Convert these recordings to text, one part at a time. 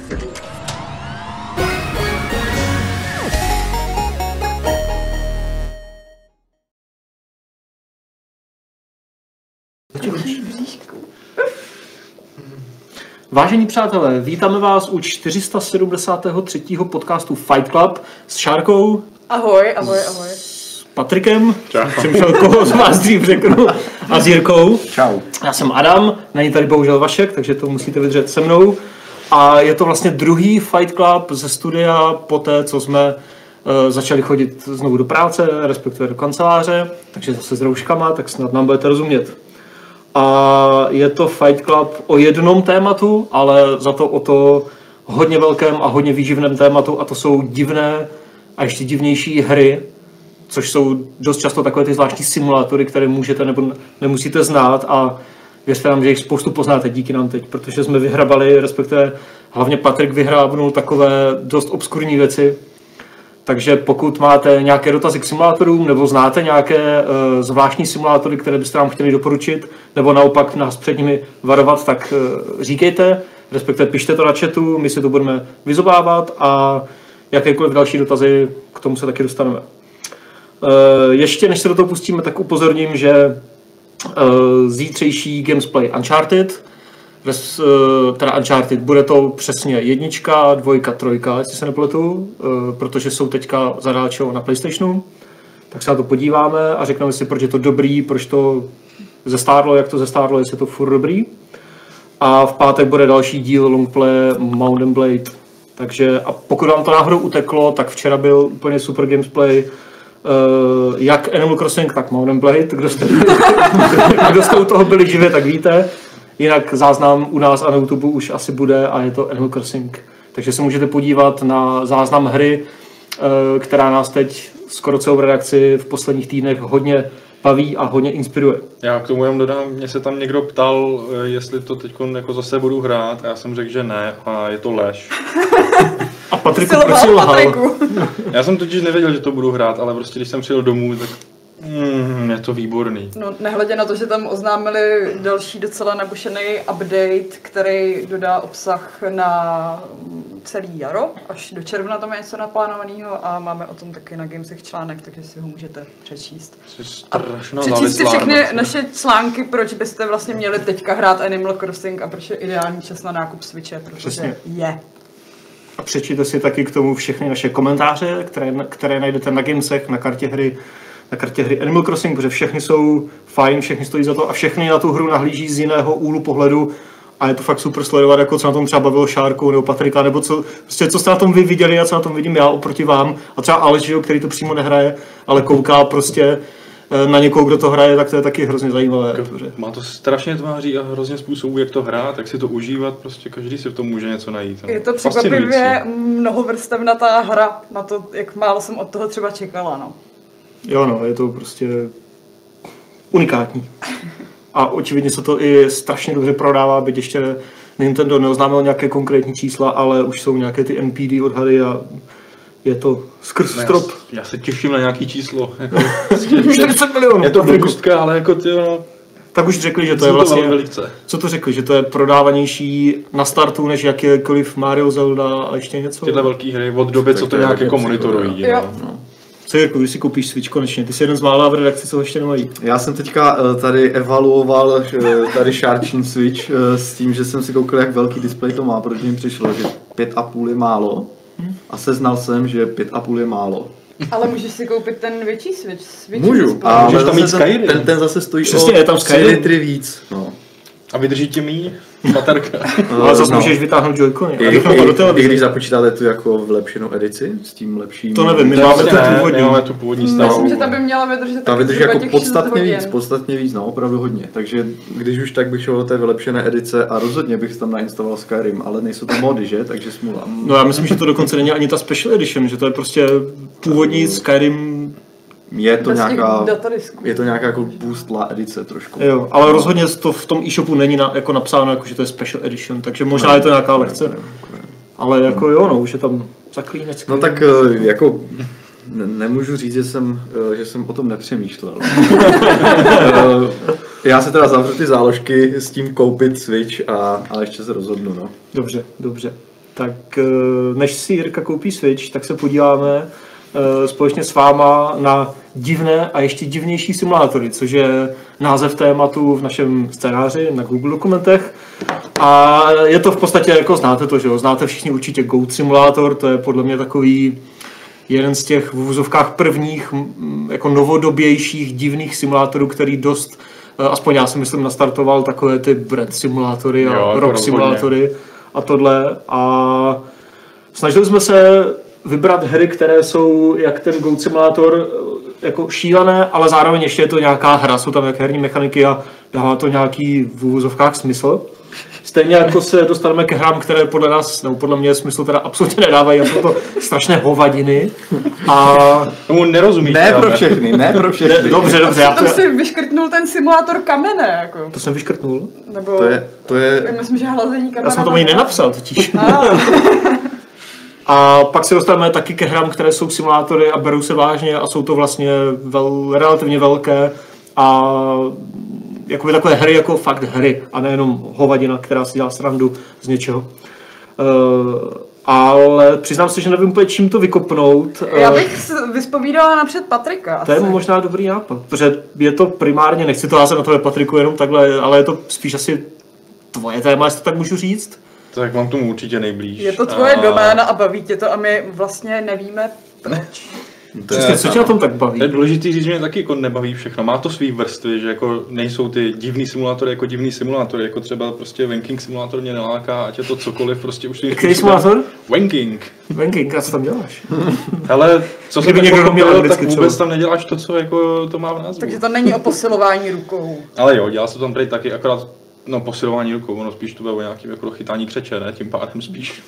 Vážení přátelé, vítáme vás u 473. podcastu Fight Club s Šárkou. Ahoj. S Patrikem. Přemýšlel, koho z vás dřív řeknu. A s Jirkou. Čau. Já jsem Adam, není tady bohužel Vašek, takže to musíte vydržet se mnou. A je to vlastně druhý Fight Club ze studia po té, co jsme začali chodit znovu do práce, respektive do kanceláře, takže zase s rouškama, tak snad nám budete rozumět. A je to Fight Club o jednom tématu, ale za to o to hodně velkém a hodně výživném tématu, a to jsou divné a ještě divnější hry, což jsou dost často takové ty zvláštní simulátory, které můžete nebo nemusíte znát, a věřte nám, že jich spoustu poznáte díky nám teď, protože jsme vyhrabali, respektive hlavně Patrik vyhrábnul takové dost obskurní věci. Takže pokud máte nějaké dotazy k simulátorům, nebo znáte nějaké zvláštní simulátory, které byste nám chtěli doporučit, nebo naopak nás před nimi varovat, tak říkejte, respektive pište to na chatu, my si to budeme vyzobávat a jakékoliv další dotazy, k tomu se taky dostaneme. Ještě než se do toho pustíme, tak upozorním, že zítřejší Gamesplay Uncharted, teda Uncharted, bude to přesně 1, 2, 3, jestli se nepletu, protože jsou teďka zadáčo na PlayStationu, tak se na to podíváme a řekneme si, proč je to dobrý, proč to zestárlo, jak to zestárlo, jestli je to furt dobrý. A v pátek bude další díl longplay Mount & Blade. Takže a pokud vám to náhodou uteklo, tak včera byl úplně super gamesplay, jak Animal Crossing, tak Mount & Blade. Kdo jste u toho byli živě, tak víte. Jinak záznam u nás a na YouTube už asi bude a je to Animal Crossing. Takže se můžete podívat na záznam hry, která nás teď skoro celou redakci v posledních týdnech hodně baví a hodně inspiruje. Já k tomu jenom dodám, mě se tam někdo ptal, jestli to teď jako zase budu hrát, a já jsem řekl, že ne, a je to lež. A Patriku, proč jsi lhal? Já jsem totiž nevěděl, že to budu hrát, ale prostě když jsem přijel domů, tak je to výborný. No, nehledě na to, že tam oznámili další docela nabušený update, který dodá obsah na celý jaro, až do června tam je něco naplánovaného a máme o tom taky na Gamesech článek, takže si ho můžete přečíst. Přečíst si všechny naše články, proč byste vlastně měli teďka hrát Animal Crossing a proč je ideální čas na nákup Switche, protože přesně je. A přečtěte si taky k tomu všechny naše komentáře, které najdete na Gamesech, na kartě hry Animal Crossing, protože všechny jsou fajn, všechny stojí za to a všechny na tu hru nahlíží z jiného úhlu pohledu a je to fakt super sledovat, jako co na tom třeba bavilo Šárku nebo Patrika, nebo co jste na tom vy viděli a co na tom vidím já oproti vám, a třeba Aleš, který to přímo nehraje, ale kouká prostě na někoho, kdo to hraje, tak to je taky hrozně zajímavé. Má to strašně tváří a hrozně způsobů, jak to hrát, jak si to užívat, prostě každý si v tom může něco najít. Je to překvapivě mnohovrstevnatá hra, na to, jak málo jsem od toho třeba čekala, no. Jo no, je to prostě unikátní. A očividně se to i strašně dobře prodává, byť ještě Nintendo neoznámil nějaké konkrétní čísla, ale už jsou nějaké ty NPD odhady a je to skrz strop. Já se těším na nějaký číslo. 40 milionů. Je to vrkustka, ale jako ty no. Tak už řekli, že to je vlastně, co to řekli, že to je prodávanější na startu, než jakékoliv Mario, Zelda a ještě něco. Tyhle velké hry od doby, co to nějak jako monitorují. No. Co Jirku, když si koupíš Switch konečně? Ty jsi jeden z mála v redakci, co ho ještě nemají. Já jsem teďka tady evaluoval tady Šárčín Switch s tím, že jsem si koukal, jak velký displej to má, protože mi přišlo, že 5,5 je málo a seznal jsem, že 5,5 je málo. Ale můžeš si koupit ten větší Switch. Můžu, ale ten zase stojí přesně, o 3 litry víc. No. A vydrží ti míň baterka. Ale zase můžeš vytáhnout joycony. I když započítáte tu jako vlepšenou edici s tím lepším... To nevím, my máme tu původní stav. Myslím, že ta by měla vydržet ta vydrží jako podstatně víc, no, opravdu hodně. Takže když už tak bych šel do té vylepšené edice a rozhodně bych tam nainstaloval Skyrim, ale nejsou tam mody, že? Takže smůla. No já myslím, že to dokonce není ani ta Special Edition, že to je prostě původní Skyrim. Je to nějaká jako boostlá edice trošku. Jo, ale rozhodně to v tom e-shopu není jako napsáno, jako, že to je special edition, takže možná je to nějaká lekce. Ale jako jo, no, už je tam zaklínec. No tak jako nemůžu říct, že jsem o tom nepřemýšlel. Já si teda zavřu ty záložky s tím koupit Switch a ještě se rozhodnu, no. Dobře. tak než si Jirka koupí Switch, tak se podíváme společně s váma na divné a ještě divnější simulátory, což je název tématu v našem scénáři na Google dokumentech. A je to v podstatě, jako znáte to, že jo? Znáte všichni určitě Goat Simulator, to je podle mě takový jeden z těch v uvozovkách prvních jako novodobějších divných simulátorů, který dost, aspoň já si myslím, nastartoval takové ty bread simulátory a rock simulátory a tohle. A snažili jsme se vybrat hry, které jsou jak ten Goat Simulator jako šílené, ale zároveň ještě je to nějaká hra, jsou tam jak herní mechaniky a dává to nějaký v uvozovkách smysl. Stejně jako se dostaneme ke hrám, které podle nás, nebo podle mě smysl teda absolutně nedávají, a jsou to strašné hovadiny. A tomu nerozumíš. Ne pro všechny, ne pro všechny. Dobře. Tam si vyškrtnul ten simulátor kamene, jako. To jsem vyškrtnul. Nebo, to je... Já myslím, že hlazení kamene. Já jsem to ani nenapsal totiž. A pak se dostaneme taky ke hrám, které jsou simulátory a berou se vážně a jsou to vlastně relativně velké a jakoby takové hry jako fakt hry a nejenom hovadina, která si dělá srandu z něčeho. Ale přiznám se, že nevím úplně čím to vykopnout. Já bych vyspovídala napřed Patrika. To je možná dobrý nápad, protože je to primárně, nechci to házet na tebe, Patriku, jenom takhle, ale je to spíš asi tvoje téma, jestli to tak můžu říct. Tak mám tomu určitě nejblíž. Je to tvoje doména a baví tě to a my vlastně nevíme proč. Přesně, co tě na tom tak baví? Je důležitý říct, že mě taky jako nebaví všechno. Má to svý vrstvy, že jako nejsou ty divný simulátory jako divný simulátory, jako třeba prostě Wanking simulátor mě neláká, ať je to cokoliv, prostě už svým Který simulátor? Wanking. Wanking, a co tam děláš? Hele, co se Kdyby někdo tak měl tak vůbec tam neděláš to, co jako to má v názvu. Takže to není o posilování rukou. Ale jo, dělá se to tam tady taky, akorát no posilování rukou, ono spíš to bylo o nějakým jako chytání křeče, ne? Tím pádem spíš.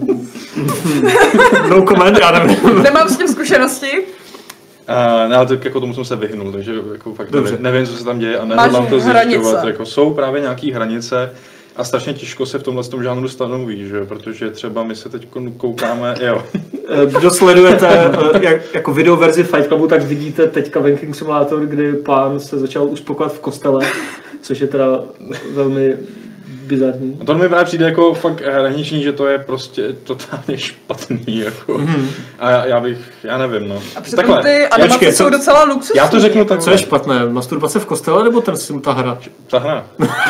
No comment, já nevím. Nemám s tím zkušenosti. Ne, ale tak jako tomu jsem se vyhnul, takže jako fakt nevím, co se tam děje a Máš nehodlám to hranice. zjišťovat. Jako jsou právě nějaký hranice a strašně těžko se v tomhle žánru stanoví, že? Protože třeba my se teď koukáme, jo. Kdo sledujete jako videoverzi Fight Clubu, tak vidíte teďka Wanking Simulator, kdy pán se začal uspokojovat v kostele, což je teda velmi bizarní. A to mi právě přijde jako fakt hraniční, že to je prostě totálně špatný, jako. A já nevím, no. A přitom ty animace jsou docela luxusní. Já to řeknu tak. Co je špatné? Masturbace v kostele nebo ta hra? Ta hra.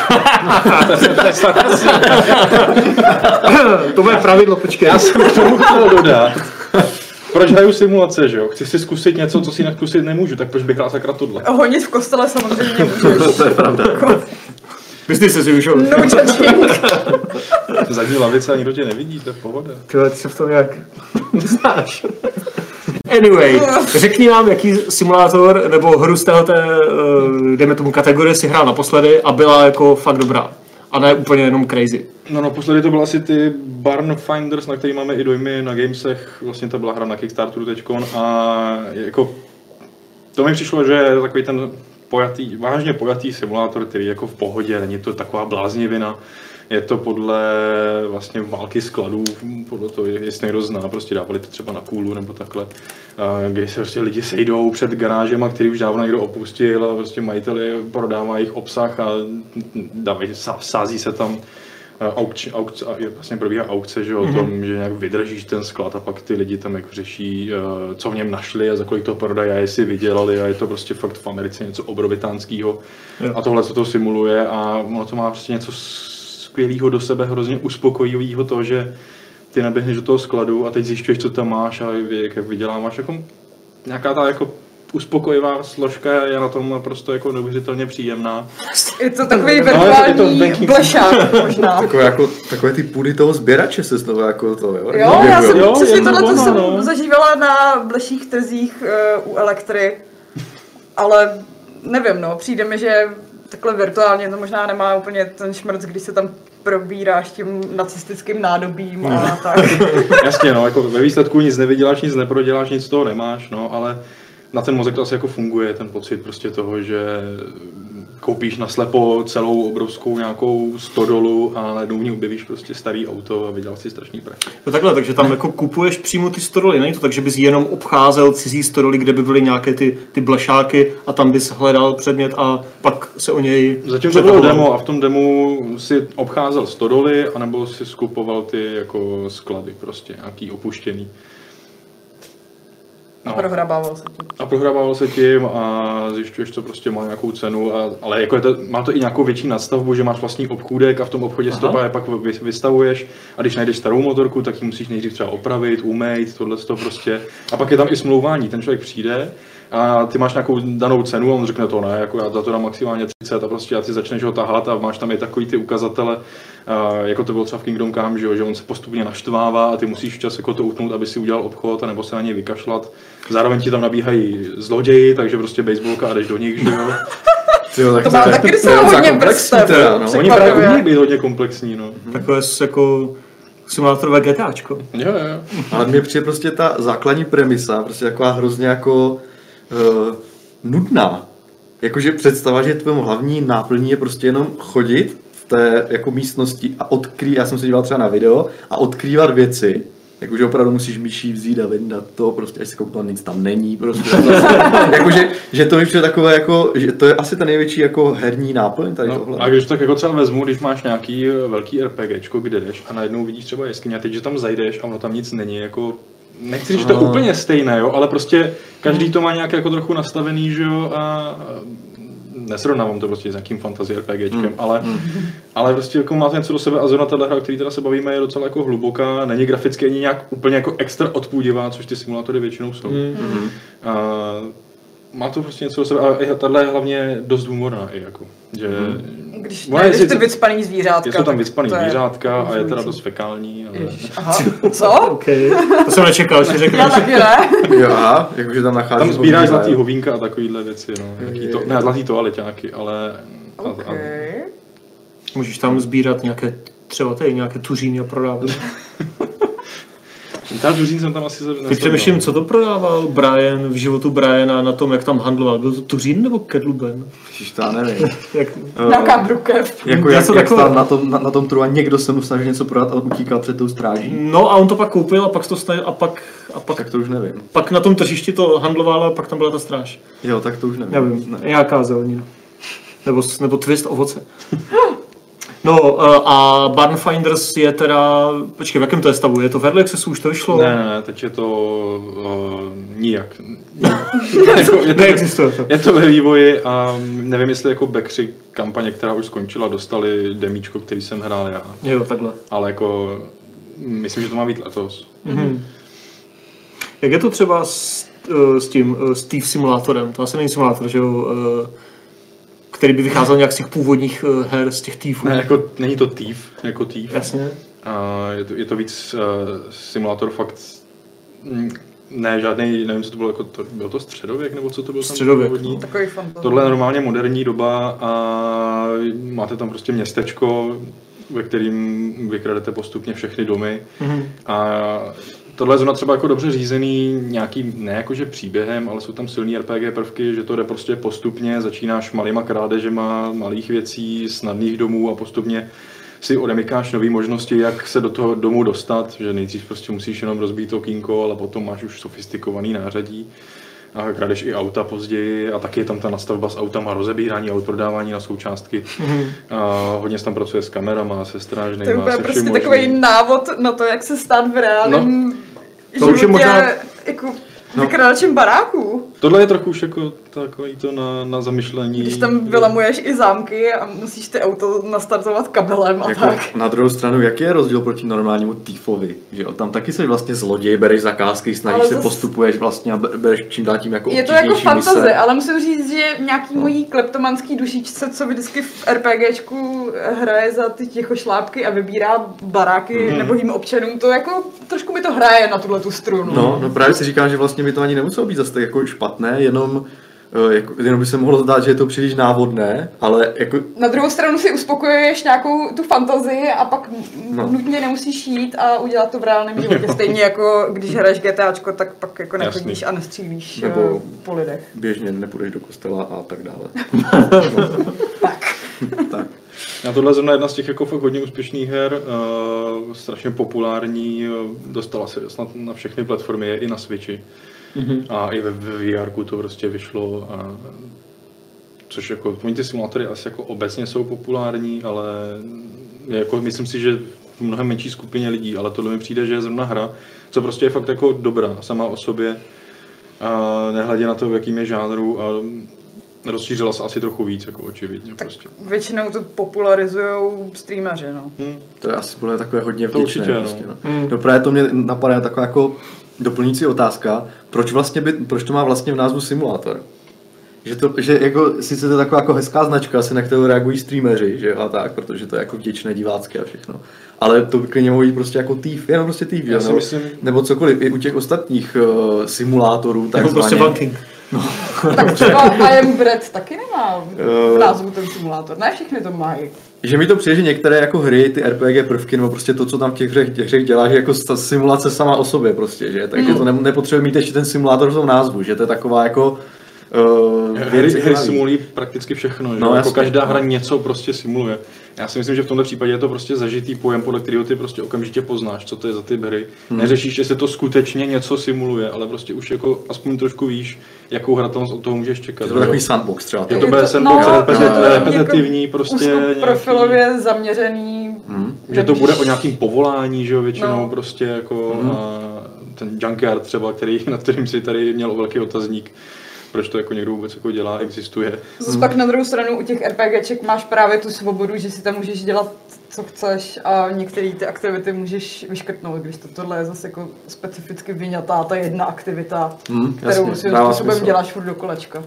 To bude pravidlo, počkej. Já jsem k tomu chtěl dodat. Proč hraju simulace, že jo? Chci si zkusit něco, co si jinak zkusit nemůžu, tak proč bych hrál sakra tohle? Honit v kostele samozřejmě můžeš. To je pravda. Business as usual. No judging. Zadní lavice a nikdo tě nevidí, to je pohoda. Ty se v tom nějak znáš. Anyway, řekni nám, jaký simulátor nebo hru z téhleté, dejme tomu kategorie, si hrál naposledy a byla jako fakt dobrá. A ne úplně jenom crazy. No naposledy to byl asi ty Barn Finders, na který máme i dojmy na Gamesech. Vlastně to byla hra na Kickstarteru teďkon a jako to mi přišlo, že je takový ten vážně pojatý simulátor, který jako v pohodě, není to taková bláznivina. Je to podle vlastně války skladů, podle toho, jestli někdo zná, prostě dávali to třeba na Kůlu nebo takhle, kde se prostě lidi sejdou před garážema, který už dávno někdo opustil a prostě majiteli prodává jejich obsah a sází se tam aukce, vlastně probíhá aukce, že o tom, že nějak vydržíš ten sklad a pak ty lidi tam jako řeší, co v něm našli a za kolik to prodají a jestli vydělali a je to prostě fakt v Americe něco obrovitánského a tohle se to simuluje a ono to má prostě něco skvělého do sebe, hrozně uspokojivého to, že ty naběhneš do toho skladu a teď zjišťuješ, co tam máš a jak vyděláváš, jako nějaká ta jako uspokojivá složka je na tom naprosto jako neuvěřitelně příjemná. Je to takový virtuální blešák možná. Takové ty půdy toho sběrače se znovu jako to, jo? Jo, já jsem přesně tohle jsem zažívala na bleších trzích u Elektry, ale nevím, no, přijde mi, že takhle virtuálně to možná nemá úplně ten šmrc, když se tam probíráš tím nacistickým nádobím a tak. Jasně, no, jako ve výsledku nic nevyděláš, nic neproděláš, nic z toho nemáš, no, ale na ten mozek to asi jako funguje, ten pocit prostě toho, že koupíš naslepo celou obrovskou nějakou stodolu a najednou v ní objevíš prostě starý auto a vydělal si strašný prach. No takhle, takže tam jako kupuješ přímo ty stodoly, není to tak, že bys jenom obcházel cizí stodoly, kde by byly nějaké ty blešáky a tam bys hledal předmět a pak se o něj... Zatím to bylo demo a v tom demu si obcházel stodoly anebo si skupoval ty jako sklady prostě, nějaký opuštěný. No. A prohrabával se tím a zjišťuješ, co prostě má nějakou cenu, ale jako má to i nějakou větší nadstavbu, že máš vlastní obchůdek a v tom obchodě si to pak vystavuješ a když najdeš starou motorku, tak ji musíš nejdřív třeba opravit, umýt, tohleto prostě. A pak je tam i smlouvání, ten člověk přijde a ty máš nějakou danou cenu a on řekne to ne, jako já za to dám maximálně 30 a prostě a ty začneš ho tahat a máš tam i takový ty ukazatele, jako to bylo třeba v Kingdom Come, že on se postupně naštvává a ty musíš včas jako to utnout, aby si udělal obchod, anebo se na něj vykašlat. Zároveň ti tam nabíhají zloději, takže prostě baseballka a jdeš do nich, že jo. Tyjo, to má taky docela hodně vrstev. Oni právě umějí být hodně komplexní, no. Takové jako simulátorové GTAčko. Jo. Ale mně přijde prostě ta základní premisa, prostě taková hrozně jako nudná. Jakože představa, že tvým hlavní náplní je prostě jenom chodit v té jako místnosti a já jsem se díval třeba na video, a odkrývat věci. Jakože opravdu musíš myší vzít a vyndat to, prostě až se kouknout, nic tam není, prostě. Jakože, že to mi přijde takové jako, že to je asi ta největší jako herní náplň tady tohle. A když tak jako třeba vezmu, když máš nějaký velký RPGčko, kde jdeš a najednou vidíš třeba jeskyně a teď, že tam zajdeš a ono tam nic není, jako nechci říct, že to je úplně stejné, jo, ale prostě každý to má nějak jako trochu nastavený, že jo, a nesrovnávám to prostě s nějakým fantasy RPGčkem, ale prostě jako má to něco do sebe a zrovna tahle hra, o který teda se bavíme, je docela jako hluboká, není graficky ani nějak úplně jako extra odpůdivá, což ty simulátory většinou jsou. Má to prostě něco do sebe a tahle je hlavně dost humorná i jako, že... Když najdeš ty vycpaný zvířátka. Jsou tam vycpaný zvířátka a je teda dost fekální, ale... Aha, co? Okay. To jsem nečekal, že řekneš. Já taky ne. Jo, jakože tam nacházíš... Tam sbíráš zlatý hovínka a takovýhle věci, no. Ne, zlatý toaleťáky, ale... Okay. Můžeš tam sbírat nějaké, třeba nějaké tuříny a prodávat. Ta tuřín jsem tam asi nesledal. Teď přemýšlím, co to prodával Brian v životu Briana na tom, jak tam handloval. Byl to tuřín nebo kedluben? Ježiš, to já nevím. Nějaká brukev. Jako jak stál na tom trhu a někdo se mu snažil něco prodat a utíkal před tou stráží. No a on to pak koupil a pak to snažil a pak... Tak to už nevím. Pak na tom tržišti to handlovalo a pak tam byla ta stráž. Jo, tak to už nevím. Nevím, nějaká zelenina. Nebo twist ovoce. No a Barnfinders je teda, počkej, v jakém to je stavu? Je to v Early Accessu, už to vyšlo? Ne, teď je to nijak. Neexistuje to. Je to ve vývoji a nevím, jestli jako backři kampaně, která už skončila, dostali demíčko, který jsem hrál já. Jo, takhle. Ale jako, myslím, že to má být letos. Jak je to třeba s tím Thief simulátorem? To asi není simulátor, že jo? Který by vycházel nějak z těch původních her, z těch Thiefů. Ne, jako není to Thief, jako Thief. Jasně. Je to víc simulátor fakt, ne žádný, nevím, co to bylo, jako byl to středověk, nebo co to bylo? Středověk. Takový fantasy. Tohle je normálně moderní doba a máte tam prostě městečko, ve kterým vykradete postupně všechny domy. A tohle je zrovna třeba jako dobře řízený nějaký, ne jakože příběhem, ale jsou tam silný RPG prvky, že to jde prostě postupně, začínáš malýma krádežema, malých věcí, snadných domů a postupně si odemykáš nové možnosti, jak se do toho domu dostat, že nejdřív prostě musíš jenom rozbít okýnko, ale potom máš už sofistikovaný nářadí. A kradeš i auta později a taky je tam ta nastavba s autama, rozebírání aut, prodávání na součástky. A hodně se tam pracuje s kamerama, se strážnýma, to je prostě takový návod na to, jak se stát v reálném životě jako vykradačem baráků. Tohle je trochu už jako takový to na zamyšlení. Když tam vylamuješ i zámky a musíš ty auto nastartovat kabelem a jako tak. Na druhou stranu, jaký je rozdíl proti normálnímu Thiefovi? Že jo? Tam taky jsi vlastně zloděj, bereš zakázky, snažíš se, postupuješ vlastně a bereš čím dál tím jako je to jako fantazie, ale musím říct, že nějaký mojí kleptomanský dušičce, co vždycky v RPGčku hraje za ty těchošlápky a vybírá baráky nebohým občanům, to jako trošku mi to hraje na tuhletu strunu. No právě si říkám, že vlastně mi to ani nemuselo být zase tak jako špatné, jenom by se mohlo zdát, že je to příliš návodné, ale jako... Na druhou stranu si uspokojuješ nějakou tu fantazii a pak nutně nemusíš jít a udělat to v reálném životě. Stejně jako když hraješ GTAčko, tak pak jako nechodíš a nestřílíš nebo po lidech. Běžně nepůjdeš do kostela a tak dále. A tohle je zrovna jedna z těch jako fakt hodně úspěšných her, strašně populární, dostala se snad na všechny platformy, je i na Switchi. A i ve VR to prostě vyšlo. Což jako, oni ty simulátory asi jako obecně jsou populární, ale jako, myslím si, že v mnohem menší skupině lidí, ale tohle mi přijde, že je zrovna hra, co prostě je fakt jako dobrá sama o sobě. A nehledě na to, v jakým je žánru, a rozšířila se asi trochu víc, jako očividně. Tak prostě. většinou to popularizují streameři, no. To je asi bylo takové hodně To vděčné. určitě, Prostě, no. No právě to mě napadá taková jako doplňující otázka, proč to má vlastně v názvu simulátor? Že jako, sice to je taková jako hezká značka, asi na kterou reagují streameři, že a tak, protože to je jako vděčné, divácké a všechno. Ale to by klidně mohlo být prostě jako TIF, jenom prostě TIF, nebo cokoliv, i u těch ostatních simulátorů, takzvaně. Prostě banking. No. Tak třeba I Am Bread taky nemá v názvu ten simulátor, ne všechny to mají. Že mi to přijde, že některé jako hry, ty RPG prvky, nebo prostě to, co tam v těch hřech dělá, že jako simulace sama o sobě prostě, že? Takže to nepotřebuje mít ještě ten simulátor v tom názvu, že to je taková jako Hry simulují prakticky všechno, že? No, jako jasně, každá hra něco prostě simuluje. Já si myslím, že v tomto případě je to prostě zažitý pojem, podle kterého ty prostě okamžitě poznáš, co to je za ty hry. Neřešíš, jestli to skutečně něco simuluje, ale prostě už jako aspoň trošku víš, jakou hratelnost od toho můžeš čekat. to je takový sandbox třeba. Je to bude sandbox, repetitivní, prostě profilově zaměřený. že to bude o nějakým povolání, že jo, většinou prostě jako ten Junkyard třeba, nad kterým si tady měl velký otazník. Proč to jako někdo vůbec jako dělá, existuje. Zase pak na druhou stranu u těch RPGček máš právě tu svobodu, že si tam můžeš dělat, co chceš, a některé ty aktivity můžeš vyškrtnout, když tohle je zase jako specificky vyňatá ta jedna aktivita, kterou svým způsobem děláš furt do kolečka.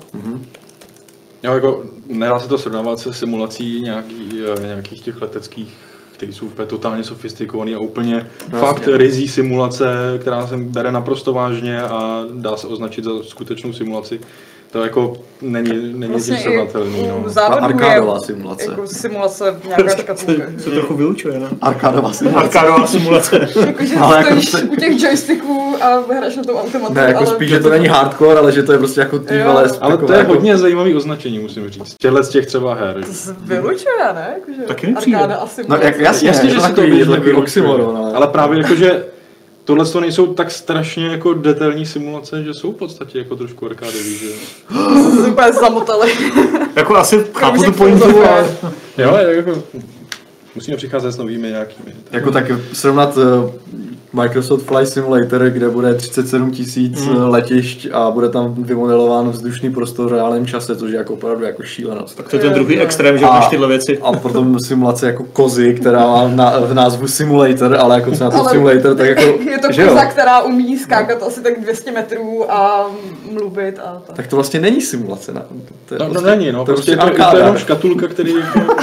Jo, jako nedá se to srovnávat se simulací nějakých těch leteckých, které jsou úplně totálně sofistikovaný a úplně fakt rizí simulace, která se bere naprosto vážně a dá se označit za skutečnou simulaci. To jako není vlastně tím srovnatelný. No. Arkádová simulace. Jako simulace nějaká škatulka. Se trochu vylučuje, ne? Arkádová simulace. Arkádová simulace. Jakože stojíš u těch joysticků a hraješ na tom automatu. Ne, jako spíš, že to není hardcore, ale že to je prostě jako tývale. Ale to je hodně zajímavý označení, musím říct. Z těch třeba her. To se vylučuje, ne? Jakože taky nepřijde. arkáda a simulace. No jasně, že to si to je takový oxymoron. Ale právě jakože tohle to nejsou tak strašně jako detailní simulace, že jsou v podstatě jako trošku arkádový, že? Se úplně zamotali. Jako asi chápu tu Kroužek pointu, filozofie. ale... Jo, jako musíme přicházet s novými nějakými. Jako tak srovnat Microsoft Flight Simulator, kde bude 37 000 letišť a bude tam vymodelován vzdušný prostor v reálném čase, což je jako opravdu jako šílenost. Tak to je ten druhý extrém, že máš tyhle věci. A potom simulace jako kozy, která má v názvu Simulator, ale jako co na to Simulator, tak jako... Je to koza, která umí skákat asi tak 200 metrů a mluvit a tak. Tak to vlastně není simulace. To je No, prostě, není, no, to je prostě prostě to je jenom arkáda. škatulka, který...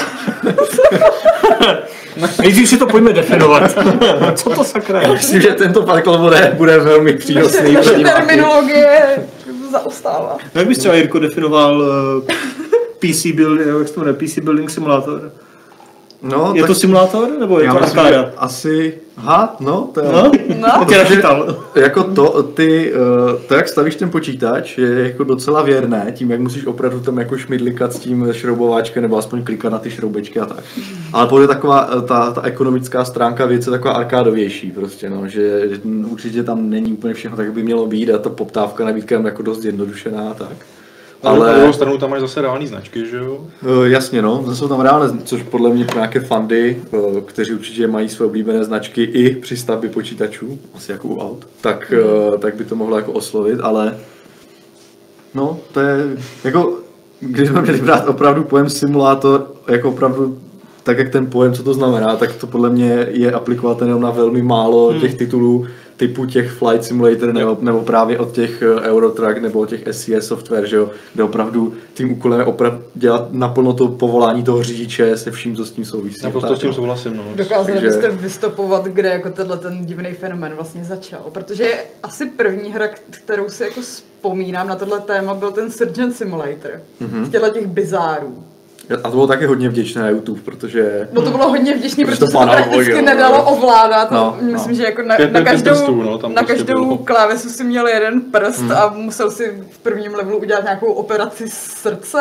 Nejdřív si to pojďme definovat. Co to sakra je? Myslím, že tento parkour bude velmi přínosný. Naše terminologie zaostává. No, jak bys třeba, Jirko, definoval PC Building Simulator? No, Je to simulátor, nebo je já to myslím, arkáda? že asi... to je... No? No, Tě nachytal. Jako to, jak stavíš ten počítač, je jako docela věrné, tím, jak musíš opravdu tam jako šmidlikat s tím šroubováčkem, nebo aspoň klikat na ty šroubečky a tak. Ale potom je taková, ta ekonomická stránka věc je taková arkádovější prostě, no, že určitě tam není úplně všechno tak, jak by mělo být a ta poptávka nabídka je jako dost jednodušená a tak. Ale na druhou stranu tam máš zase reální značky, že jo? Jasně, no, zase jsou tam reálné, což podle mě nějaké fandy, kteří určitě mají své oblíbené značky i při stavbě počítačů, asi jako u aut, tak by to mohlo jako oslovit, ale no, to je jako, když jsme měli brát opravdu pojem simulátor, jako opravdu tak, jak ten pojem, co to znamená, tak to podle mě je aplikovatelné na velmi málo těch titulů, typu těch Flight Simulator nebo právě od těch Eurotrack nebo od těch SCS software, že jo, kde opravdu tím úkolem je opravdu dělat naplno to povolání toho řidiče se vším, co s tím souvisí. Naprosto s tím souhlasím, no. Dokázali byste vystopovat, kde jako ten divný fenomén vlastně začal, protože asi první hra, kterou si jako vzpomínám na tohle téma, byl ten Surgeon Simulator, z těch bizárů. A to bylo taky hodně vděčné na YouTube, protože... No to bylo hodně vděčný, protože se to panovalo, prakticky jo. nedalo ovládat. No, Myslím, že jako Pět na každou, prstů, no, tam na prostě každou bylo. klávesu si měl jeden prst a musel si v prvním levelu udělat nějakou operaci srdce.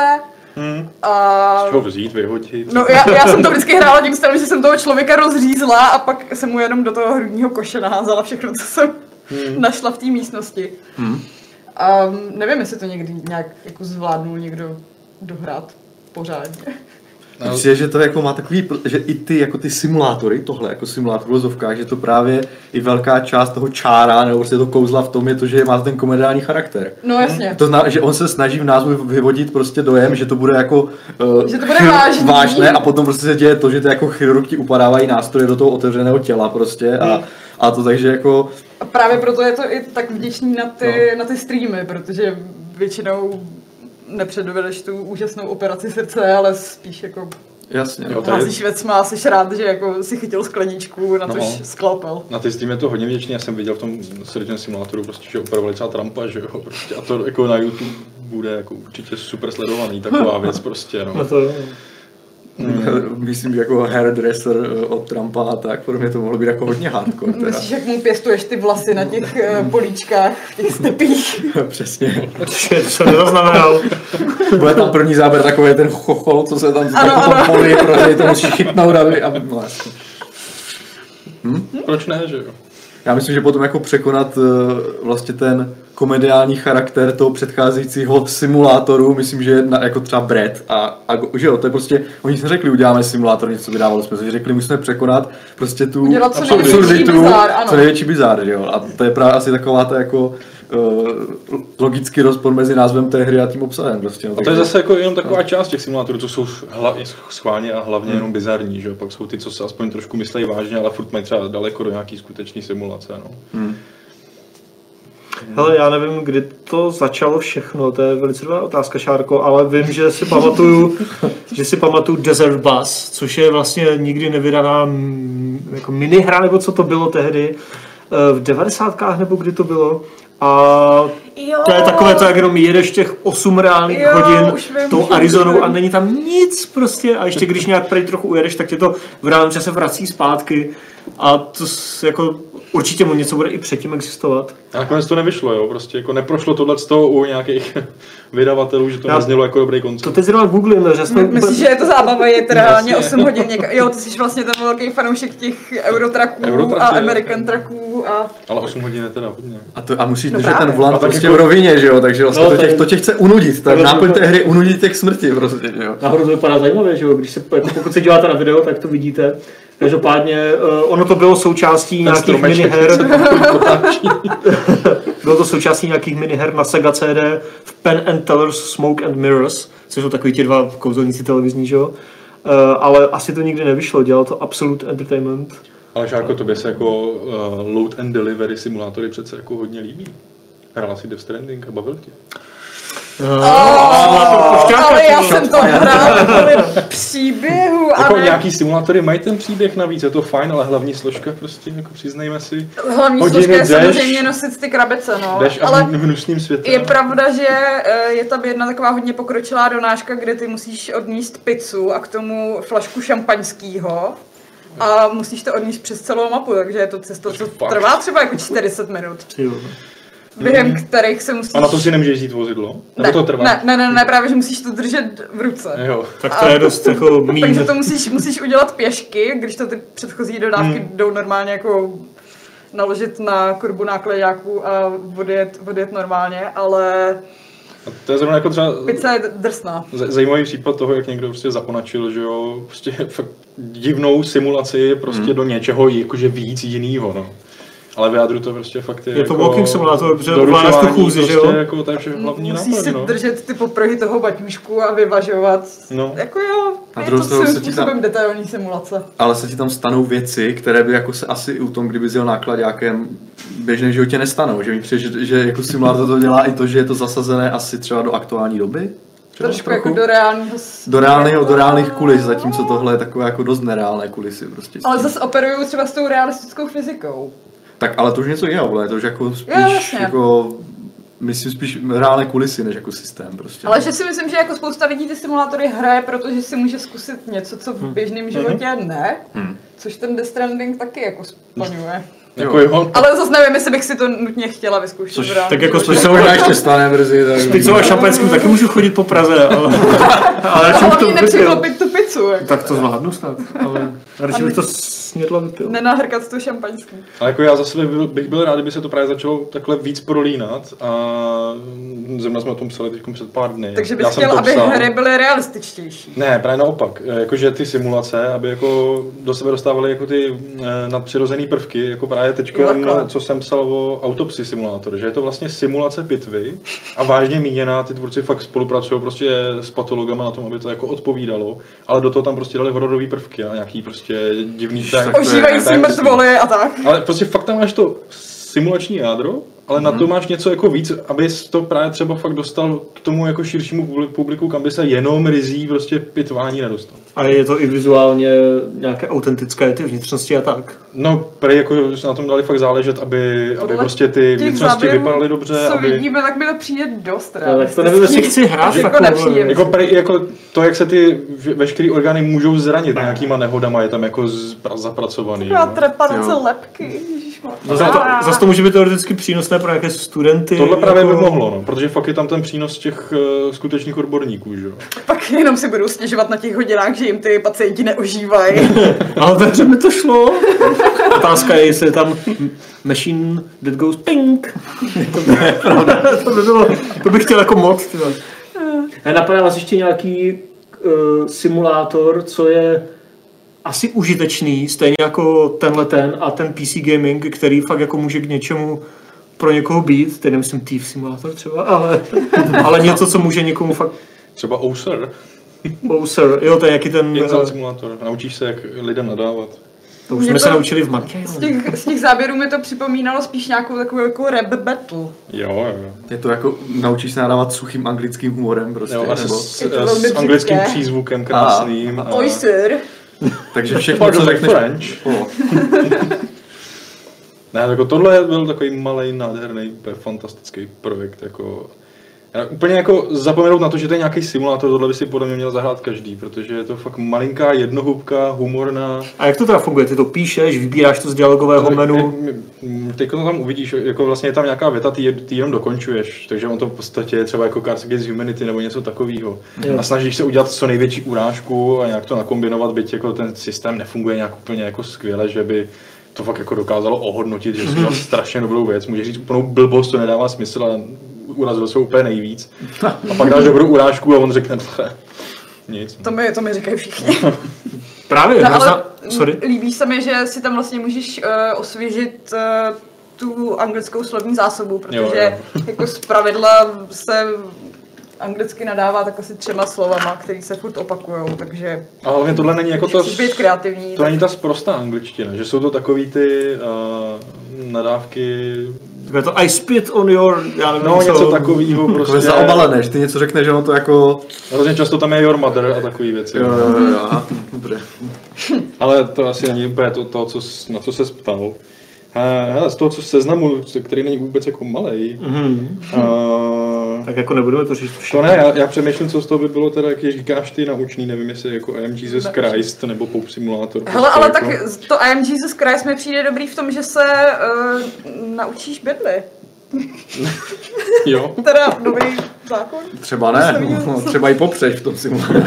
A... Co ho vzít, vyhodit. No já jsem to vždycky hrála tím stylem, že jsem toho člověka rozřízla a pak jsem mu jenom do toho hrudního koše naházala všechno, co jsem našla v té místnosti. A nevím, jestli to někdy nějak jako zvládnul někdo dohrát pořádně. Myslím, že to jako má takový, že i ty, jako ty simulátory, tohle jako simulátor v vozovkách, že to právě i velká část toho čára, nebo prostě to kouzla v tom je to, že má ten komediální charakter. No jasně. To že on se snaží v názvu vyvodit prostě dojem, že to bude jako že to bude vážné a potom prostě se děje to, že to jako chirurg ti upadávají nástroje do toho otevřeného těla prostě a to takže jako... A právě proto je to i tak vděčný na ty streamy, protože většinou nepředvedeš tu úžasnou operaci srdce, ale spíš jako jasně. házíš věcma a jsi rád, že jako si chytil skleničku, na tož sklapel. Na ty Steam je to hodně vděčný, já jsem viděl v tom Surgeon Simulatoru prostě, že operovali třeba Trumpa, že jo, prostě, a to jako na YouTube bude jako určitě super sledovaný, taková věc prostě, no. Myslím, že jako hairdresser od Trumpa a tak, pro mě to mohlo být jako hodně hardcore. Myslíš, jak mu pěstuješ ty vlasy na těch políčkách, v těch stepích? Přesně. To jsem nezaznamenal. Bude tam první záběr takový ten chochol, co se tam polí, protože to musí chytnout, aby... No, vlastně. Proč ne, že jo? Já myslím, že potom jako překonat vlastně ten komediální charakter toho předcházejícího simulátoru, myslím, že jako třeba Brad a že jo, to je prostě, oni jsme řekli, uděláme simulátor, něco vydávalo jsme si, řekli, musíme překonat prostě tu absurditu, co největší bizár, že jo, a to je právě asi taková ta jako logický rozpor mezi názvem té hry a tím obsahem prostě. No, a to je zase jako jenom taková část těch simulátorů, co jsou schválně a hlavně jenom bizarní, že jo, pak jsou ty, co se aspoň trošku myslejí vážně, ale furt mají třeba daleko do nějaký skutečný simulace, no. Hele, já nevím, kdy to začalo všechno, to je velice dobrá otázka, Šárko, ale vím, že si pamatuju Desert Bus, což je vlastně nikdy nevydaná jako minihra, nebo co to bylo tehdy, v 90kách nebo kdy to bylo. A to je takové, to jak jenom jedeš těch 8 reálných hodin tou Arizonou a není tam nic prostě a ještě když nějak prej trochu ujedeš, tak tě to v reálném čase vrací zpátky a to jako určitě mu něco bude i předtím existovat. A nakonec to nevyšlo, jo, prostě jako neprošlo tohleto u nějakých vydavatelů, že to neznělo jako dobrý koncept. To teď zrovna googlím, že jsme... Myslíš, že je to zábava, je to reálně 8 hodin jo, ty jsi vlastně ten velký fanoušek těch Eurotraků a American Traků a... Ale 8 hodin je teda hodně. A musíš držet ten volant prostě jako v rovině, že jo, takže vlastně to tě chce unudit, ta náplň té hry unudit tě k smrti prostě, že jo. Nahoru to vypadá zajímavě, že jo, když se, jako pokud se díváte na video, tak to vidíte. Každopádně ono to bylo součástí nějakých miniher. Bylo to součástí nějakých miniher na Sega CD v Penn and Teller's Smoke and Mirrors, což jsou takový ti dva kouzelníci televizní, že jo. Ale asi to nikdy nevyšlo, dělal to Absolute Entertainment. Ale Šárko, tobě se jako load and delivery simulátory přece jako hodně líbí. Hrála si Death Stranding a bavil tě? Ale já jsem to hrála kvůli příběhu. Jako nějaký simulátory mají ten příběh navíc, je to fajn, ale hlavní složka prostě, jako přiznejme si. Hlavní složka je samozřejmě nosit ty krabice, no. Ale v hnusným světě. Je pravda, že je tam jedna taková hodně pokročilá donáška, kde ty musíš odníst pizzu a k tomu flašku šampaňskýho. A musíš to odníst přes celou mapu, takže je to cesto, co trvá třeba jako 40 minut. Během kterých se musíš... A na to si nemůžeš jít vozidlo? Ne, to trvá? Ne, právě, že musíš to držet v ruce. Jo. Tak to je dost jako míň. Takže to musíš udělat pěšky, když to ty předchozí dodávky jdou normálně jako naložit na korbu nákladáků a odjet normálně, ale... A to je zrovna jako třeba... Pizza je drsná. Zajímavý případ toho, jak někdo prostě zaponačil, že jo, prostě fakt divnou simulaci prostě do něčeho jakože víc jinýho, no. Ale v jádru to prostě fakt je to jako walking simulator, protože ovládáš tu chůzi, že jo? Jako, to je všechno hlavní nápad, musíš si držet ty poprohy toho baťůžku a vyvažovat. No. Jako jo, je to svým způsobem detailní simulace. Ale se ti tam stanou věci, které by jako se asi u tom, kdyby jel nákladákem v běžném životě nestanou. Že mi přijde, že jako simulátor to dělá i to, že je to zasazené asi třeba do aktuální doby. Trošku jako do reálného... Do reálných kulis, zatímco tohle je takové jako dost nereálné kulisy prostě. Ale zase operují třeba s tou realistickou fyzikou. Tak ale to už něco jiného, ale to už jako spíš jako, myslím spíš reálné kulisy, než jako systém prostě. Ale že si myslím, že jako spousta lidí ty simulátory hraje, protože si může zkusit něco, co v běžném životě ne, což ten Death Stranding taky jako splňuje. Jako jo. Ale zase nevím, jestli bych si to nutně chtěla vyzkoušet v rámci. tak jako života. jsme Možná ještě stane brzy, tak... s pizzou a šampaňským taky můžu chodit po Praze, ale radši bych to Hlavně vypil. nepřeklopit tu pizzu. Jako. Tak to zvládnu snad, ale radši bych to snědlo vypil. Nenahrkat to šampaňský. Ale jako já za sebe bych byl rád, kdyby se to právě začalo takhle víc prolínat a zrovna jsme o tom psali teď před pár dny. Takže Já bys jsem chtěl, to aby psal. hry byly realističtější. Ne, právě naopak. Jakože ty simulace, aby jako do sebe dostávaly jako ty nadpřirozené prvky, jako právě teďko, co jsem psal o Autopsy Simulator, že je to vlastně simulace pitvy a vážně míněná, ty tvůrci fakt spolupracují prostě s patologama na tom, aby to jako odpovídalo, ale do toho tam prostě dali hororové prvky a nějaký prostě divný Ožívající mrtvoly a tak. Ale prostě fakt tam máš to simulační jádro, ale na to máš něco jako víc, abys to právě třeba fakt dostal k tomu jako širšímu publiku, kam by se jenom rizí prostě pitvání nedostal. A je to i vizuálně nějaké autentické ty vnitřnosti a tak. No, prej jako na tom dali fakt záležet, aby prostě ty vnitřnosti vypadaly dobře, co aby... vidíme, tak mi to přijde dost Tak to nevím, jestli chci hrát Jako takovou. nepříjemný. Jako to, jak se ty veškeré orgány můžou zranit nějakýma nehodama, je tam jako zapracovaný. Taková jo. trepanace lepky, ježišmarja. Zase to může být teoreticky přínosné pro nějaké studenty. Tohle právě by jako- mohlo, no, protože fakt je tam ten přínos těch skutečných odborníků, že jo. Pak jenom si budou stěžovat na těch hodinách, že jim ty pacienti neožívají. Ale takže mi to šlo. Otázka je, jestli je tam machine that goes ping. To je pravda. To bych chtěl jako mod. Napadá vás ještě nějaký simulátor, co je asi užitečný, stejně jako tenhle a ten PC gaming, který fakt jako může k něčemu pro někoho být, teď nemyslím Thief Simulator třeba, ale něco, co může někomu fakt... Třeba Ouser, Bowser, jo, to je jaký ten... Inzal simulátor, naučíš se, jak lidem nadávat. To už Mě jsme to- se naučili v Marky. Z těch záběrů mi to připomínalo spíš nějakou takovou jako rap battle. Jo. Je to jako, naučíš se nadávat suchým anglickým humorem prostě, Jo, a nebo... Je to velmi s anglickým břitké. přízvukem krásným. Oj, sir. Takže všechno, Pardon, co řekneš... French. O, Ne, jako tohle byl takový malý, nádherný, úplně fantastický projekt. Jako, úplně jako zapomenout na to, že to je nějaký simulátor, tohle by si podle mě měl zahrát každý, protože je to fakt malinká, jednohubka, humorná. A jak to teda funguje? Ty to píšeš, vybíráš to z dialogového menu? Teď to tam uvidíš, jako vlastně je tam nějaká věta, ty jenom dokončuješ, takže on to v podstatě je třeba jako Cards Against Humanity nebo něco takového. A snažíš se udělat co největší urážku a nějak to nakombinovat, byť jako ten systém nefunguje nějak úplně jako skvěle, že by to fakt jako dokázalo ohodnotit, že jsi dělal strašně dobrou věc. Můžeš říct úplnou blbost, to nedává smysl a urazil se úplně nejvíc. A pak dáš dobrou urážku a on řekne, nic. To mi říkají všichni. Právě, No, ale sorry. líbí se mi, že si tam vlastně můžeš osvěžit tu anglickou slovní zásobu, protože jako zpravidla se anglicky nadává tak asi 3 slovama, které se furt opakujou, takže A hlavně tohle není jako ta, musíš být kreativní. to není ta sprostá angličtina, že jsou to takový ty nadávky, Takové to I spit on your... Já nevím, no co- něco takového takové prostě. zaobalené, že ty něco řekneš, že on to jako... Hrozně často tam je your mother a takové věci. Jo, dobře. Ale to asi není úplně to na co se ptal. Hele, z toho seznamu, který není vůbec jako malej, Tak jako nebudeme to říct to všechno. ne, já přemýšlím, co z toho by bylo teda, jak říkáš ty naučný, nevím jestli jako I am Jesus Christ nebo Pope Simulator. Hele, prostě ale jako, tak to I am Jesus Christ mi přijde dobrý v tom, že se naučíš Bibli. Jo, Teda dobrý zákon. Třeba ne, třeba i popřeš v tom simulátoru.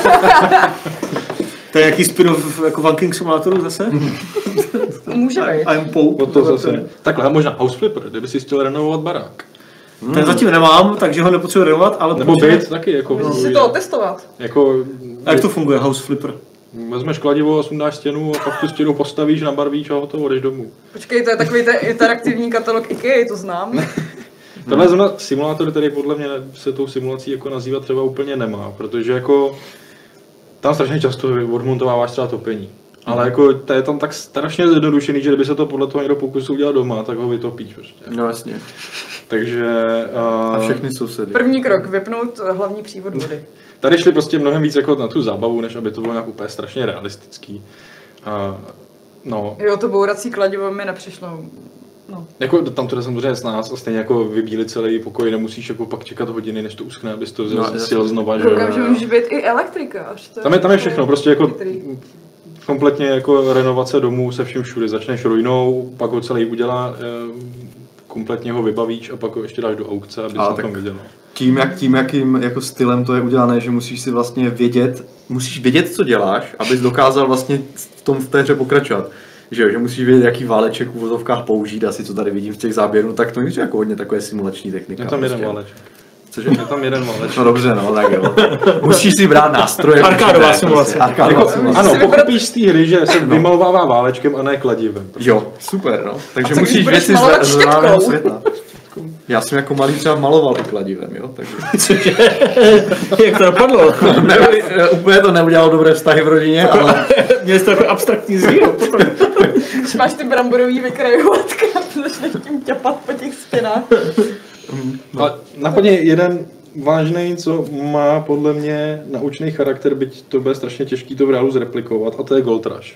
To je jaký spin-off jako Vanking Simulatoru zase? Může být. I'm Pope. to zase. Takhle, možná House Flipper, kdyby si chtěl renovovat barák. Ten zatím nemám, takže ho nepotřebuji renovovat, ale... Nebo potřebuji- byt taky, jako, Můžeš si to otestovat. jako A jak to funguje, House Flipper? vezmeš kladivo a sundáš stěnu a pak tu stěnu postavíš, nabarvíš a hotovo, jdeš domů. Počkej, to je takový ten interaktivní katalog IKEA, to znám. Tohle zrovna simulátor, který podle mě se tou simulací jako nazývat třeba úplně nemá, protože jako tam strašně často odmontováváš třeba topení. Ale jako to je tam tak strašně zjednodušený, že kdyby se to podle toho někdo pokusil udělat doma, tak ho vytopíš prostě. No jasně. Takže A všechny sousedy. První krok, vypnout hlavní přívod vody. tady šli prostě mnohem víc jako na tu zábavu, než aby to bylo nějak úplně strašně realistický. No, Jo, to bourací kladivo mi nepřišlo. No. jako tam to jde samozřejmě s nás a stejně jako vybílit celý pokoj, nemusíš jako pak čekat hodiny, než to uschne, abys to sil znova, že Koukám, že může být i elektrikář. Tam je všechno, prostě jako Který- kompletně jako renovace domů se vším všude. Začneš ruinou, pak ho celý udělá, kompletně ho vybavíš a pak ho ještě dáš do aukce, aby se tam viděl. Tím, jakým jako stylem to je udělané, že musíš si vlastně vědět, co děláš, abys dokázal vlastně v té hře pokračovat. Že musíš vědět, jaký váleček v uvozovkách použít, asi co tady vidím v těch záběrů, tak to je jako hodně takové simulační technika. Je tam jeden váleček. Cože? Je tam jeden váleček. No dobře, no, tak jo. Musíš si brát nástroje. Arkádová simulace. Ano, pochopíš z té hry, že se vymalovává válečkem a ne kladivem. Prostě. Jo, super, no. Takže musíš věci z reálného světa. Já jsem jako malý třeba maloval i kladivem, jo, takže... Cože? Jak to dopadlo? Úplně to neudělalo dobré vztahy v rodině, ale... Měli jste takový abstraktní zvíro. Máš ty bramborový vykrajovatka, začneš tím ťapat po těch stěnách. A napadně jeden vážnej, co má podle mě naučný charakter, byť to bude strašně těžký to v reálu zreplikovat, a to je Gold Rush.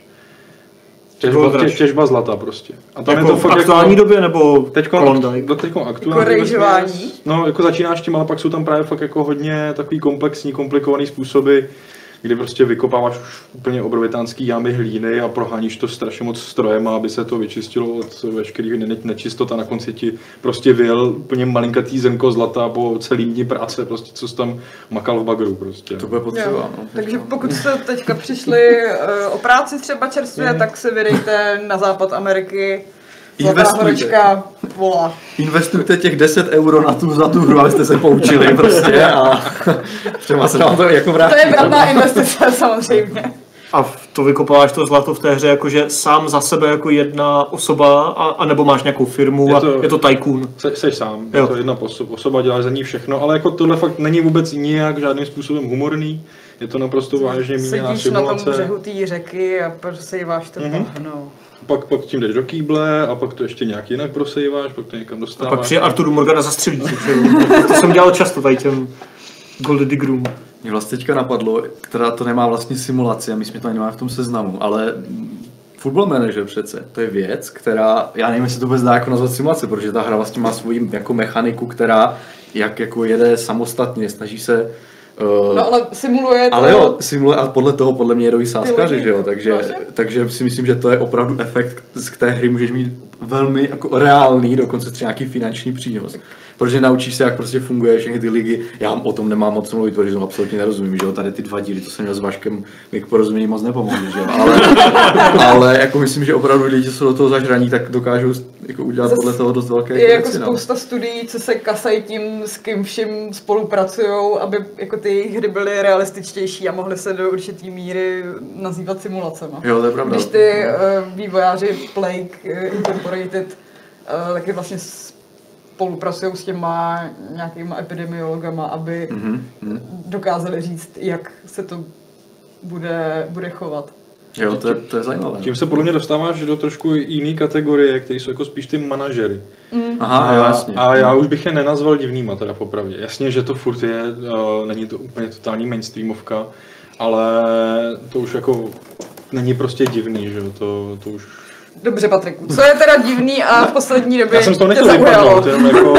Těžba zlata prostě. A tam jako je to fakt v aktuální jako, době nebo Klondike? Jako rejžování? No, jako začínáš tím, ale pak jsou tam právě fakt jako hodně takový komplexní, komplikovaný způsoby, kdy prostě vykopáváš už úplně obrovitánský jámy hlíny a proháníš to strašně moc strojem, aby se to vyčistilo od veškerých nečistot a na konci ti prostě vyjel úplně malinkatý zrnko zlata po celý dní práce, prostě co jsi tam makal v bagru prostě. To bude potřeba, no. Takže pokud jste teďka přišli o práci třeba čerstvě, tak se vydejte na západ Ameriky. Zlatá horečka volá. Investujte těch 10 € za tu hru, abyste se poučili prostě a třeba se vám to jako vrátí. To je vratná investice samozřejmě. A to vykopáváš to zlato v té hře jakože sám za sebe jako jedna osoba, a nebo máš nějakou firmu je to tycoon. Seš sám, je to jedna osoba, děláš za ní všechno, ale jako tohle fakt není vůbec nijak žádným způsobem humorný. Je to naprosto vážně míněná simulace. Sedíš na tom břehu té řeky a prosejváš to bahno. Pak tím jdeš do kýble a pak to ještě nějak jinak prosejváš, pak to někam dostáváš. A pak přijde Arturu Morgana zastřelí. To jsem dělal často tady těm Gold Diggerům. Mě vlastně teďka napadlo, která to nemá vlastně simulaci a my jsme to ani nemáme v tom seznamu, ale Football Manager přece, to je věc, která, já nevím, jestli to vůbec dá jako nazvat simulace, protože ta hra vlastně má svoji jako mechaniku, která jak jako jede samostatně, snaží se no ale simuluje to... Ale jo, simuluje a podle mě jedou i sázkaři, že jo, takže si myslím, že to je opravdu efekt, z té hry můžeš mít velmi jako reálný, dokonce třeba nějaký finanční přínos. Protože naučíš se, jak prostě funguje všechny ty ligy. Já o tom nemám moc mluvit, protože tomu absolutně nerozumím, že jo. Tady ty 2 díly, to jsem měl s Vaškem, mi k porozumění moc nepomohli, že jo. Ale jako myslím, že opravdu lidi, co jsou do toho zažraní, tak dokážou jako udělat podle toho dost velké věci. Je jako spousta studií, co se kasají tím, s kým vším spolupracujou, aby jako ty jejich hry byly realističtější a mohly se do určitý míry nazývat simulacemi. Jo, to je pravda. Když ty vývojáři Plague Incorporated taky vlastně spolupracují s těma nějakýma epidemiologama, aby dokázali říct, jak se to bude chovat. Jo, to je zajímavé. Tím se podle mě dostáváš do trošku jiný kategorie, které jsou jako spíš ty manažery. Aha, jasně. A já už bych je nenazval divnýma teda popravdě. Jasně, že to furt je, není to úplně totální mainstreamovka, ale to už jako není prostě divný, že jo, to už... Dobře, Patriku, co je teda divný a v poslední době já jsem to tě zaujalo? To jenom jako...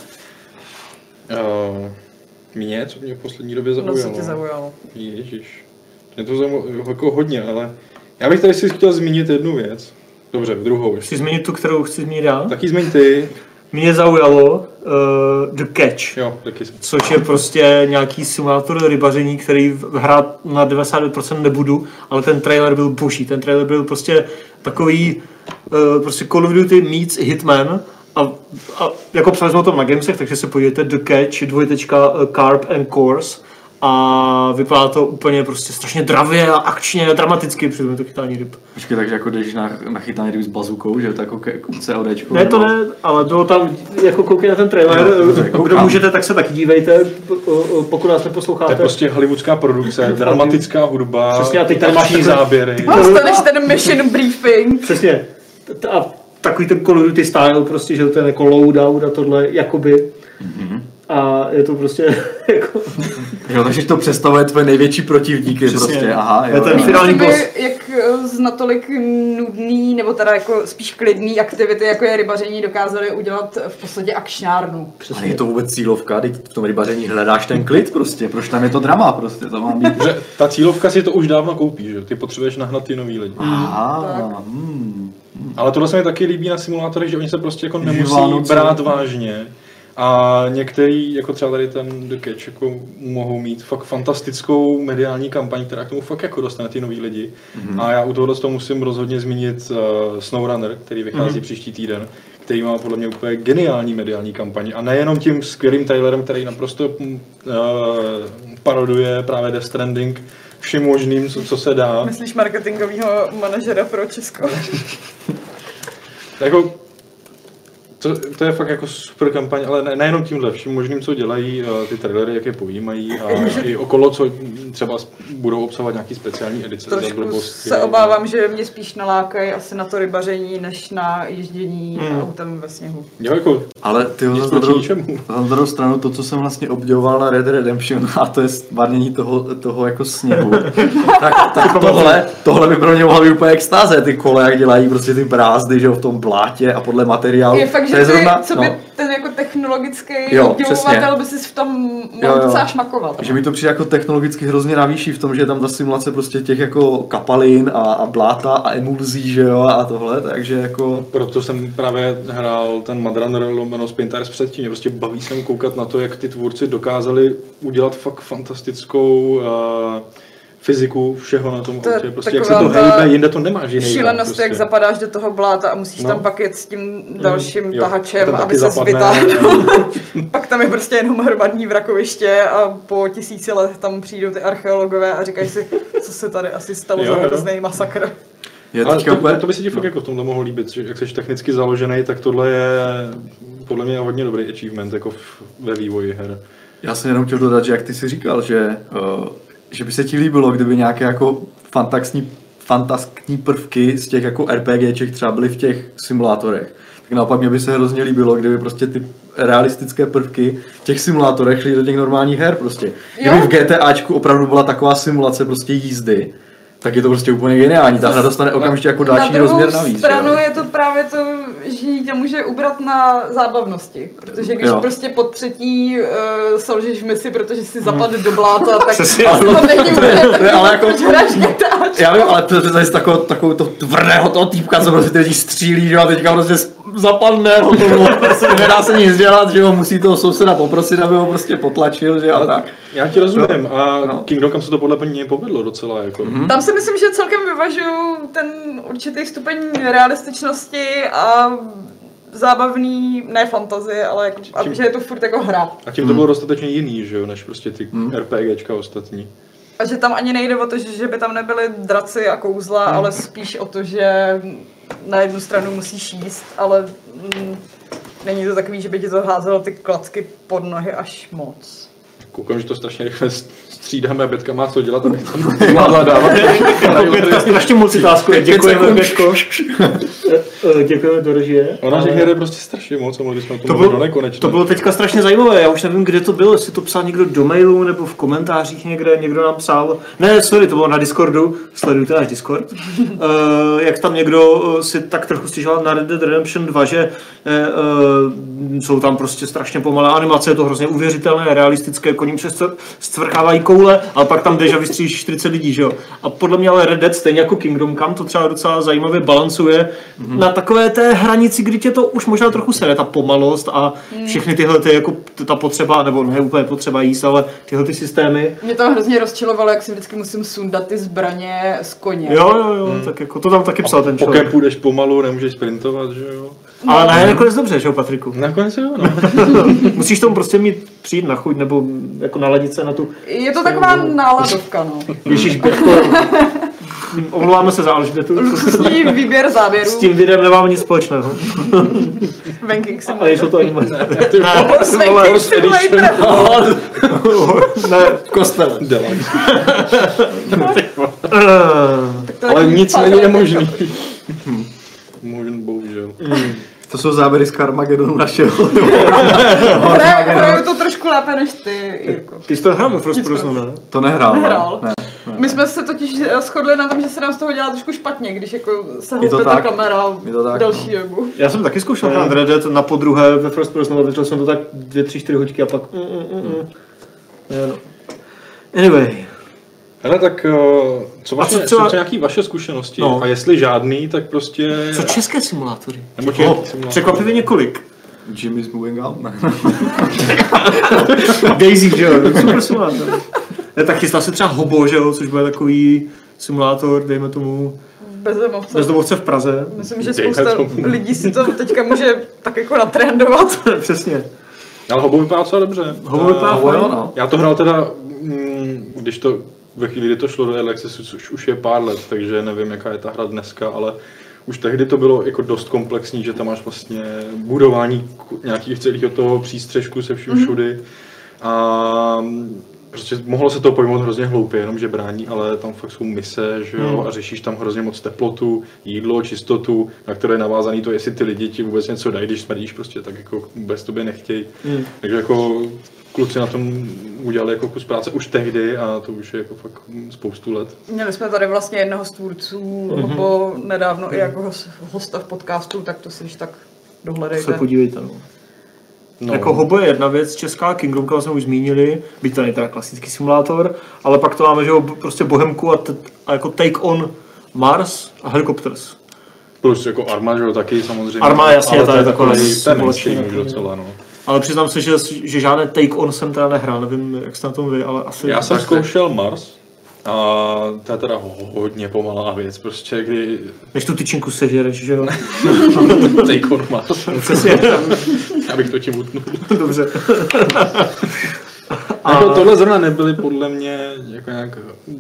Mě, co mě v poslední době zaujalo. No, co tě zaujalo? Ježiš. Mě to zaujalo jako hodně, ale... Já bych tady si chtěl zmínit jednu věc. Dobře, druhou ještě. Chci zmínit tu, kterou chci zmínit já? Taky zmíň ty. Mě zaujalo The Catch, jo, taky jsem. Což je prostě nějaký simulátor rybaření, který hrát na 99% nebudu, ale ten trailer byl boží. Ten trailer byl prostě takový prostě Call of Duty meets Hitman a jako psali jsme o tom na Gamesech, takže se podívejte The Catch, Carp and Course a vypadá to úplně prostě strašně dravě a akčně a dramaticky při to chytání ryb. Počkej, takže jako jdeš na chytání ryb s bazukou, že to jako CODčko? Ne, to ne, ale bylo tam, jako koukej na ten trailer, kdo můžete, tak se taky dívejte, pokud nás neposloucháte. To je prostě hollywoodská produkce, dramatická hudba, přesně, a teď tady máš záběry. Dostaneš ten mission briefing. Přesně. A takový ten Call of Duty style, prostě, že to je jako loadout a tohle, jakoby. A A je to prostě jako... Jo, takže to představuje tvoje největší protivníky prostě, aha, jo. Ten finální boss. Jak z natolik nudný, nebo teda jako spíš klidný aktivity, jako je rybaření, dokázali udělat v podstatě akčňárnu. Ale je to vůbec cílovka, teď v tom rybaření hledáš ten klid prostě, proč tam je to drama prostě, to má být. Ta cílovka si to už dávno koupí, že? Ty potřebuješ nahnat ty nový lidi. Aha, Ale tohle se mi taky líbí na simulátorech, že oni se prostě jako nemusí Vánoce. brát vážně. A některý, jako třeba tady ten The Catch, jako mohou mít fakt fantastickou mediální kampaň, která k tomu fakt jako dostane ty nový lidi. A já u tohohle toho musím rozhodně zmínit SnowRunner, který vychází příští týden, který má podle mě úplně geniální mediální kampaň. A nejenom tím skvělým Tylerem, který naprosto paroduje právě Death Stranding vším možným, co se dá. Myslíš marketingového manažera pro Česko? Jako, to je fakt jako super kampaň, ale nejenom tímhle, vším možným, co dělají, ty trailery, jak je pojímají a i okolo, co třeba budou obsahovat nějaký speciální edice. Trošku se obávám, že mě spíš nalákají asi na to rybaření, než na ježdění autem ve sněhu. Jo, jako, ale ty nic na proti ničemu. druhou stranu to, co jsem vlastně obdivoval na Red Redemption, a to je stvarnění toho jako sněhu, tak tohle by pro mě mohla být úplně extáze, ty kole, jak dělají prostě ty brázdy, že jo, v tom blátě a podle materiálu. Je fakt, že co by ten jako technologický obdivovatel by si v tom mohl docela šmakovat. Že mi to přijde jako technologicky hrozně navýší v tom, že je tam ta simulace prostě těch jako kapalin a bláta a emulzí, že jo, a tohle, takže jako... Proto jsem právě hrál ten Mud Runner lomeno Spintires předtím, mě prostě baví se koukat na to, jak ty tvůrci dokázali udělat fakt fantastickou fyziku všeho na tom autě, prostě jak se to hejbe, jinde to nemáš jiný. Šílenost, prostě. Jak zapadáš do toho bláta a musíš tam pak jet s tím dalším tahačem, aby se zapadne. vytáhnul. Pak tam je prostě jenom hromadní vrakoviště a po 1000 let tam přijdou ty archeologové a říkají si, co se tady asi stalo za hrozný masakr. Ale to by se ti fakt jako v tomhle mohlo líbit, že jak jsi technicky založený, tak tohle je podle mě hodně dobrý achievement jako ve vývoji her. Já jsem jenom chtěl dodat, že jak ty jsi říkal, že by se ti líbilo, kdyby nějaké jako fantaskní prvky z těch jako RPGček třeba byly v těch simulátorech. Tak naopak mě by se hrozně líbilo, kdyby prostě ty realistické prvky v těch simulátorech šly do těch normálních her prostě. Kdyby v GTAčku opravdu byla taková simulace prostě jízdy, tak je to prostě úplně geniální. Ta hra dostane okamžitě jako další rozměr navíc. Na druhou stranu je to právě to, že jí tě může ubrat na zábavnosti. Protože když prostě po třetí selžeš v misi, protože si zapadl do bláta, tak to není úplně ale jako, GTAčko. já vím, ale představíš takovou to tvrdého toho týpka, co prostě teď střílí, že jo, a teďka prostě zapadne, hotovo, prostě nedá se nic dělat, že jo, musí toho souseda poprosit, aby ho prostě potlačil, že jo, a tak. Já ti rozumím a Kingdom Come se to podle mě povedlo docela jako. Tam si myslím, že celkem vyvažují ten určitý stupeň realističnosti a zábavný, ne fantazie, ale jako, že je to furt jako hra. A tím to bylo dostatečně jiný, že jo, než prostě ty RPGčka ostatní. A že tam ani nejde o to, že by tam nebyly draci a kouzla, ale spíš o to, že na jednu stranu musíš jíst, ale není to takový, že by ti to házelo ty klacky pod nohy až moc. Koukám, že to strašně rychle střídáme a Bětka má co dělat, abych tam mohla dávat. Naštím multitásku, děkujeme Bětko. Děkujeme do režie. Ona že hraje prostě strašně moc a mohli jsme to do nekonečna. To bylo teďka strašně zajímavé, já už nevím, kde to bylo, jestli to psal někdo do mailu nebo v komentářích někde, někdo nám psal. Ne, sorry, to bylo na Discordu, sledujte náš Discord. Jak tam někdo si tak trochu stěžoval na Red Dead Redemption 2, že jsou tam prostě strašně pomalé animace, je to hrozně uvěřitelné, realistické, koním přes stvrchávají koule, ale pak tam jdeš a vystřílíš 40 lidí, že jo. A podle mě ale Red Dead, stejně jako Kingdom Come, to třeba docela zajímavě balancuje na takové té hranici, kdy tě to už možná trochu sere, ta pomalost a všechny tyhle ty, jako ta potřeba, nebo ne úplně potřeba jíst, ale tyhle ty systémy. Mě to hrozně rozčilovalo, jak si vždycky musím sundat ty zbraně z koně. Jo, tak jako to tam taky psal ten člověk. Pokud půjdeš pomalu, nemůžeš sprintovat, že jo. Ale ne, nakonec dobře, že jo, Patriku? Nakonec jo, no. Musíš tomu prostě přijít na chuť, nebo jako naladit se na tu... Je to taková náladovka, no. Ježíš, Bětko, omlouváme se za Alžbětu. Lustý výběr záběrů. S tím videem nemáme nic společného. Banking A Simulator. nejsou to ani moc. Banking Simulator. Ne, V kostele. Ale nic není nemožný. Možná bohužel. To jsou záběry z Carmagedonu našeho. Hraju to trošku trošku lépe než ty, Jirko. Ty jsi to hrál v rozprostru, ne? To nehrál. Nehrál. Ne. My jsme se totiž shodli na tom, že se nám z toho dělá trošku špatně, když jako se Je to houpe ta tak. kamera Je to tak, další dobu. Já jsem taky zkoušel hrát Red Dead na podruhé ve First Person, ale vyšel jsem to tak 2, 3, 4 hoďky a pak no. Anyway. Hele, tak co A co vaše, třeba- jsou nějaký vaše zkušenosti? No. A jestli žádný, tak prostě... Co české simulátory? Nebo simulátory. Překvapivě několik. Jimmy's Moving Out? Ne. Daisy, že jo? Super simulátor. Ne, tak chystá se třeba Hobo, že jo? Což bude takový simulátor, dejme tomu, Bezdomovce. bezdomovce v Praze. Myslím, že Dejme spousta tomu. lidí si to teďka může tak jako natrendovat. Přesně. Ale Hobo vypadá docela dobře. Hobo vypadá A- fajn. no. Já to hrál teda, když to ve chvíli, kdy to šlo do Early Accessu, což už je pár let, takže nevím, jaká je ta hra dneska, ale už tehdy to bylo jako dost komplexní, že tam máš vlastně budování nějakých celého toho přístřežku se vším všudy. A prostě mohlo se to pojmout hrozně hloupě, jenom že brání, ale tam fakt jsou mise, že jo, a řešíš tam hrozně moc teplotu, jídlo, čistotu, na které je navázaný to, jestli ty lidi ti vůbec něco dají, když smrdíš prostě, tak jako vůbec tobě nechtějí. Takže jako kluci na tom udělali jako kus práce už tehdy a to už je jako fakt spoustu let. Měli jsme tady vlastně jednoho z tvůrců, Hobo, nedávno i jako hosta v podcastu, tak to si když tak dohledejte. Se podívejte, no. No. Jako Hobo je jedna věc, česká Kingdom, kterou jsme už zmínili, byť to není teda klasický simulátor, ale pak to máme, že jo, prostě Bohemku a jako Take on Mars a Helicopters. Plus jako Arma, že jo, taky samozřejmě. Arma, jasně, ale ta je taková ten společný, mainstream už jako, docela, no. Ale přiznám se, že žádné Take on jsem teda nehrál, nevím, jak jste na tom vy, ale asi... Já jsem zkoušel Mars a to je teda hodně pomalá věc, prostě kdy Než tu tyčinku sežereš, že jo? Take on Mars. Přesně. Abych to tím utnul. Dobře. Jako tohle zrovna nebyly podle mě jako nějak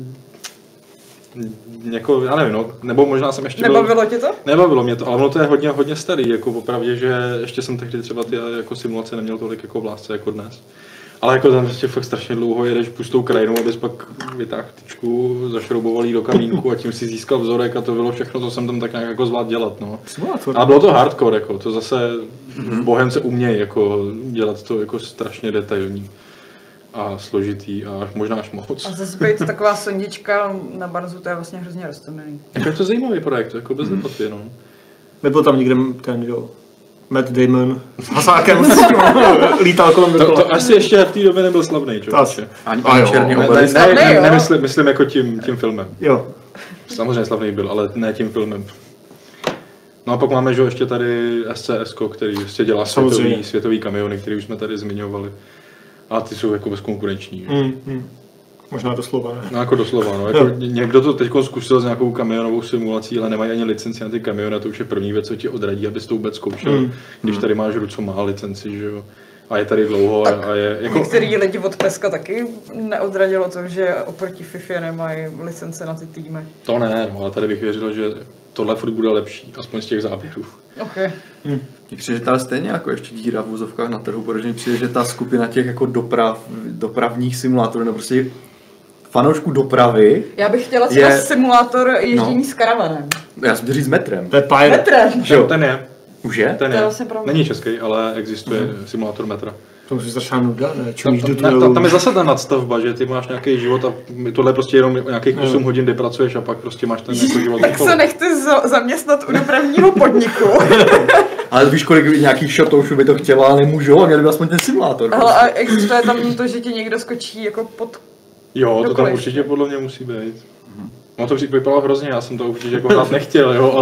jako, já nevím, no, nebo možná jsem ještě Nebavilo tě to? Nebavilo mě to, ale ono to je hodně starý, jako opravdu, že ještě jsem tehdy třeba ty jako simulace neměl tolik jako v lásce jako dnes. Ale jako tam prostě fakt strašně dlouho jedeš pustou krajinou, abys pak vytáhl tyčku, zašrouboval jí do kamínku a tím si získal vzorek a to bylo všechno, co jsem tam tak nějak jako zvládl dělat, no. Simulátor. A bylo to hardcore, jako, to zase v Bohemce umějí jako dělat to jako strašně detailní a složitý a možná až moc. A zase být taková sondička na Barzu, to je vlastně hrozně roztomilý. Jako je to zajímavý projekt, jako bez debaty, no. Nebyl tam někde ten, jo, Matt Damon s hasákem lítal kolem To dokola. asi ještě v té době nebyl slavný, člověče. Ani černý Ne, obelisk. Slavný, jo. myslím jako tím filmem. Jo. Samozřejmě slavný byl, ale ne tím filmem. No a pak máme, že jo, ještě tady SCS, který prostě dělá Samozřejmě. světový kamiony, který už jsme tady zmiňovali. A ty jsou jako bezkonkurenční. Možná doslova, ne? No jako doslova, no. Jako někdo to teď zkusil s nějakou kamionovou simulací, ale nemají ani licenci na ty kamiony, a to už je první věc, co ti odradí, abys to vůbec zkoušel. Když tady máš hru, co má licenci, že jo. A je tady dlouho a je jako... Některý lidi od Peska taky neodradilo to, že oproti FIFA nemají licence na ty týmy. To ne, no, ale tady bych věřil, že tohle furt bude lepší, aspoň z těch záběrů. Okay. Mně přijde, že ta stejně jako ještě díra v vozovkách na trhu, protože mi přijde, že ta skupina těch jako dopravních simulátorů, nebo prostě fanoušků dopravy, Já bych chtěla třeba Je- simulátor ježdění No. s karavanem. já jsem chtěl říct metrem. To je Pirate. Metrem! Jo. Ten je, Už je? ten To je je. vlastně pravda. Není český, ale existuje simulátor metra. To musí strašná nuda, ne? Čumíš do Ne, tunelu. tam je zase ta nadstavba, že ty máš nějaký život a tohle je prostě jenom nějakých 8 hodin, kdy pracuješ a pak prostě máš ten jako život. Tak se nechte zaměstnat u dopravního podniku. Ale víš, kolik nějakých šatoušů by to chtělo, ale nemůžou, a měli by aspoň ten simulátor. Ale a existuje tam to, že ti někdo skočí jako pod... Jo, to tam Dokoliv. určitě podle mě musí být. No to vypadalo hrozně, já jsem to určitě jako hrát nechtěl, jo,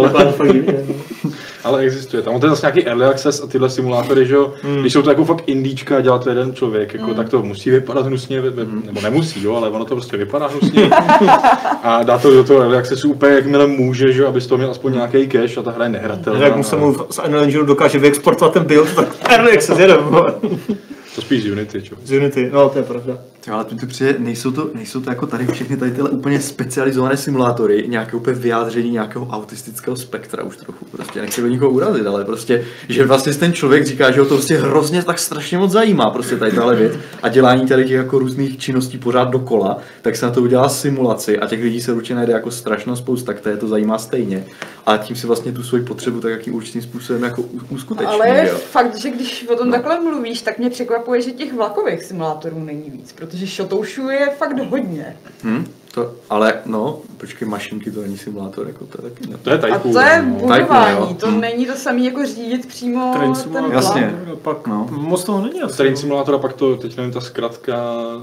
ale existuje tam. To je zase nějaký early access a tyhle simulátory, že jo, když jsou to jako fakt indíčka a dělá to jeden člověk, jako, tak to musí vypadat hnusně, nebo nemusí, jo, ale ono to prostě vypadá hnusně. A dá to do toho early accessu úplně jakmile může, že jo, aby z toho měl aspoň nějaký cache a ta hra je nehratelná. Jak mu se mu z Unreal Engineu dokáže vyexportovat ten build, tak early access jedem. To spíš z Unity, čo. Z Unity, no to je pravda. Ale tu přijde, nejsou to jako tady všechny tady tyhle úplně specializované simulátory, nějaké úplně vyjádření nějakého autistického spektra už trochu, prostě nechci do nikoho urazit, ale prostě, že vlastně ten člověk říká, že ho to prostě hrozně tak strašně moc zajímá, prostě tady tahle věc a dělání tady těch jako různých činností pořád dokola, tak se na to udělá simulaci a těch lidí se určitě najde jako strašná spousta, které to zajímá stejně. a tím si vlastně tu svoji potřebu tak jakým určitým způsobem jako uskuteční. Ale je jo. fakt, že když o tom takhle mluvíš, tak mě překvapuje, že těch vlakových simulátorů není víc, protože šotoušů je fakt hodně. Ale no, počkej, mašinky to není simulátor, jako to je taky ne. To je A Tycoon. to je no. budování, Tycoon, jo. to není to samé jako řídit přímo Train ten Simulator. vlak. Jasně. Pak No. moc toho není asi. Train Simulator a pak to, teď nevím, ta zkratka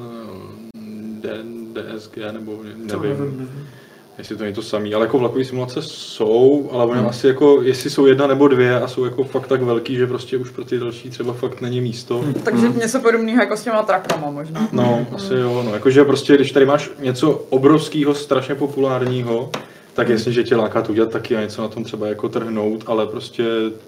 DSG nebo nevím. Jestli to není to samý, ale jako vlakové simulace jsou, ale oni asi jako, jestli jsou jedna nebo dvě a jsou jako fakt tak velký, že prostě už pro ty další třeba fakt není místo. Takže něco podobného jako s těma trakama možná. No, asi jo, no, jakože prostě, když tady máš něco obrovského, strašně populárního, tak jasně, že tě láká to udělat taky a něco na tom třeba jako trhnout, ale prostě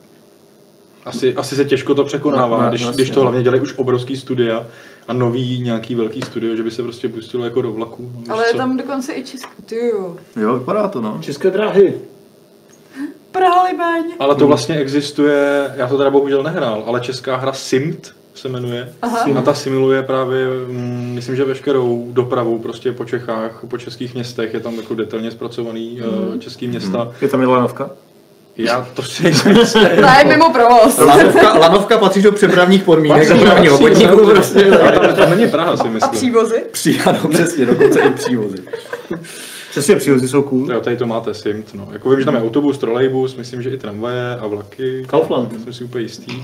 asi se těžko to překonává, když to hlavně dělají už obrovský studia a nový nějaký velký studio, že by se prostě pustilo jako do vlaku. No, Ale je tam dokonce i tyjo. Jo, vypadá to, no. České dráhy. Praha-Libeň. Ale to vlastně existuje, já to teda bohužel nehrál, ale česká hra Simt se jmenuje. Aha. A ta simuluje právě, myslím, že veškerou dopravu prostě po Čechách, po českých městech, je tam jako detailně zpracovaný český města. Je tam i lanovka? Já to si nejsem jistý. Ta je mimo provoz. Lanovka patří do přepravních podmínek dopravního podniku prostě. Ale to není Praha, si A myslím. přívozy? Ano, přesně, dokonce i přívozy. Přesně, přívozy jsou cool. Jo, tady to máte Simt, no. Jako vím, že tam je autobus, trolejbus, myslím, že i tramvaje a vlaky. Kaufland. Jsem si úplně jistý.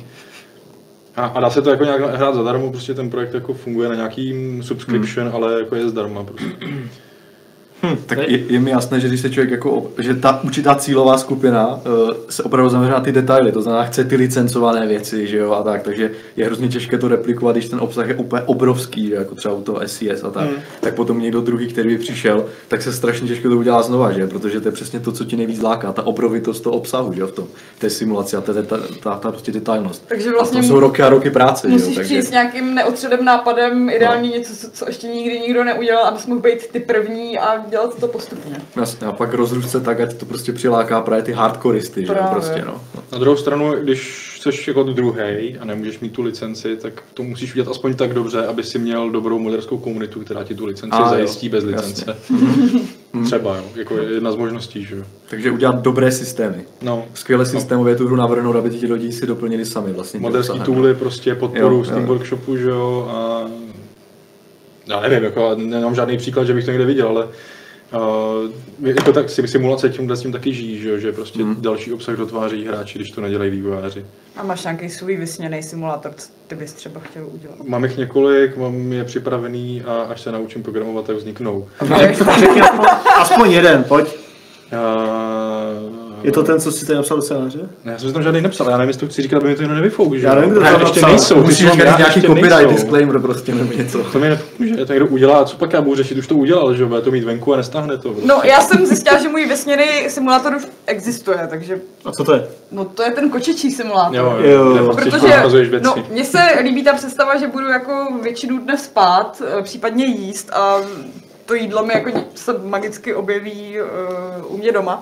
A dá se to jako nějak hrát zadarmo, prostě ten projekt jako funguje na nějakým subscription, ale jako je zdarma prostě. Tak je mi jasné, že když se člověk jako, že ta určitá cílová skupina se opravdu zaměří na ty detaily, to znamená, chce ty licencované věci, že jo, a tak, takže je hrozně těžké to replikovat, když ten obsah je úplně obrovský, že, jako třeba u toho SES a tak, tak potom někdo druhý, který by přišel, tak se strašně těžko to udělá znova, že, protože to je přesně to, co ti nejvíc láká, ta obrovitost toho obsahu, že jo, v té simulaci a ta prostě detailnost. Takže vlastně a to jsou roky a roky práce, že jo, musíš takže... přijít s nějakým neotředem nápadem, ideálně něco, co ještě nikdy nikdo neudělal, abys mohl být ty první a dělat to postupně. Jasně, a pak rozrůst se tak, ať to prostě přiláká právě ty hardcoreisty, že jo, Právě. prostě, no. Na druhou stranu, když jsi jako druhej a nemůžeš mít tu licenci, tak to musíš udělat aspoň tak dobře, aby si měl dobrou moderskou komunitu, která ti tu licenci zajistí bez licence. Třeba, jo, jako jedna z možností, že jo. Takže udělat dobré systémy. No. Skvělé systémově tu hru navrhnout, aby ti lidi si doplnili sami vlastně. Moderský tooly prostě podporu Steam Workshopu, že jo, a já nevím, jako nemám žádný příklad, že bych to někde viděl, ale jako tak simulace tím taky žijí, že prostě další obsah dotváří hráči, když to nedělají vývojáři. A máš nějaký svůj vysněný simulátor, co ty bys třeba chtěl udělat? Mám jich několik, mám je připravený a až se naučím programovat, tak vzniknou. Řekni aspoň jeden, pojď. Já... Je to ten, co jsi tady napsal do scénáře? Ne, já jsem si tam žádný nepsal, já nevím, jestli to chci říkat, aby mi to jenom nevyfouk, že Já nevím, kdo to ještě napsal. nejsou, Musíš ty říkat nějaký ještě copyright nejsou. disclaimer prostě nebo něco. To mi nepomůže, to někdo udělá, co pak já budu řešit, už to udělal, že bude to mít venku a nestáhne to. Prostě. No, já jsem zjistila, že můj vysněný simulátor už existuje, takže... A co to je? No, to je ten kočičí simulátor. Jo. kde prostě Protože, ukazuješ věci. no, mně se líbí ta představa, že budu jako většinu dne spát, případně jíst a to jídlo mi jako se magicky objeví u mě doma.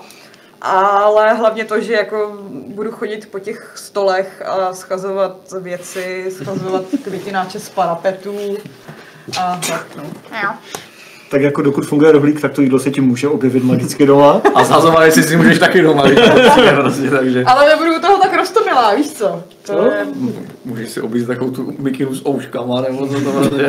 Ale hlavně to, že jako budu chodit po těch stolech a schazovat věci, schazovat květináče z parapetů a tak no. Tak jako dokud funguje rohlík, tak to jídlo se ti může objevit magicky doma. A zhazovat, jestli si můžeš taky doma, prostě, takže. Ale nebudu u toho tak roztomilá, víš co? To je... Můžeš si objíst takovou tu mikinu s ouškama, nebo co to prostě.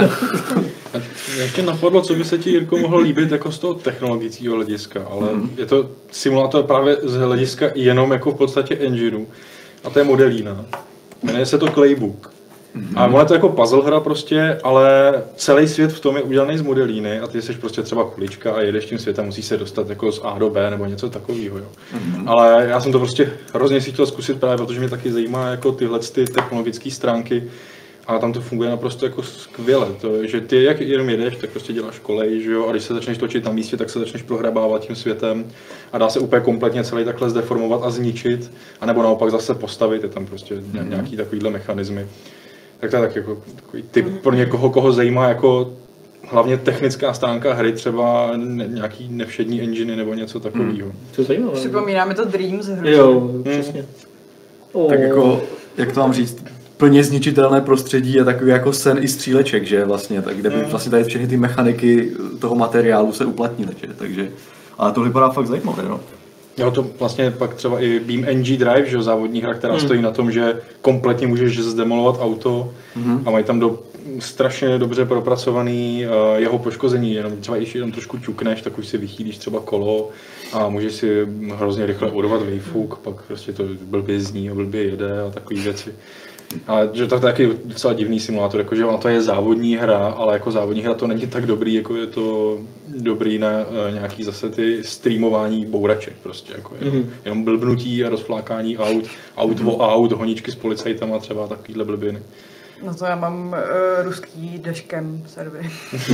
Ještě napadlo, co by se ti, Jirko, mohlo líbit jako z toho technologického hlediska, ale je to simulátor právě z hlediska jenom jako v podstatě engineu. A to je modelína. Jmenuje se to Claybook. A ono je to jako puzzle hra prostě, ale celý svět v tom je udělaný z modelíny a ty jsi prostě třeba kulička a jedeš tím světem, musíš se dostat jako z A do B nebo něco takového. Jo. Ale já jsem to prostě hrozně si chtěl zkusit právě, protože mě taky zajímá jako tyhle ty technologické stránky. A tam to funguje naprosto jako skvěle, to, že ty jak jenom jedeš, tak prostě děláš kolej, že jo, a když se začneš točit na místě, tak se začneš prohrabávat tím světem a dá se úplně kompletně celý takhle zdeformovat a zničit, anebo naopak zase postavit, je tam prostě nějaký takovýhle mechanismy. Tak to je tak jako takový tip pro někoho, koho zajímá jako hlavně technická stránka hry, třeba nějaký nevšední enginy nebo něco takového. To je zajímavé. Připomínáme to Dreams hru. Jo, přesně. Tak jako, jak to mám říct, plně zničitelné prostředí je takový jako sen i stříleček, že vlastně, tak kde by vlastně tady všechny ty mechaniky toho materiálu se uplatnily, že, takže, ale to vypadá fakt zajímavé, no. Jo, to vlastně pak třeba i BeamNG Drive, že jo, závodní hra, která stojí na tom, že kompletně můžeš zdemolovat auto a mají tam strašně dobře propracovaný jeho poškození, jenom třeba když jenom trošku ťukneš, tak už si vychýlíš třeba kolo a můžeš si hrozně rychle urvat výfuk, pak prostě to blbě zní a blbě jede a takové věci. Ale že to je taky docela divný simulátor, jakože ona to je závodní hra, ale jako závodní hra to není tak dobrý, jako je to dobrý na nějaký zase ty streamování bouraček prostě, jako jenom blbnutí a rozflákání aut, honičky s policajtama třeba takovýhle blbiny. No to já mám ruský deškem servery.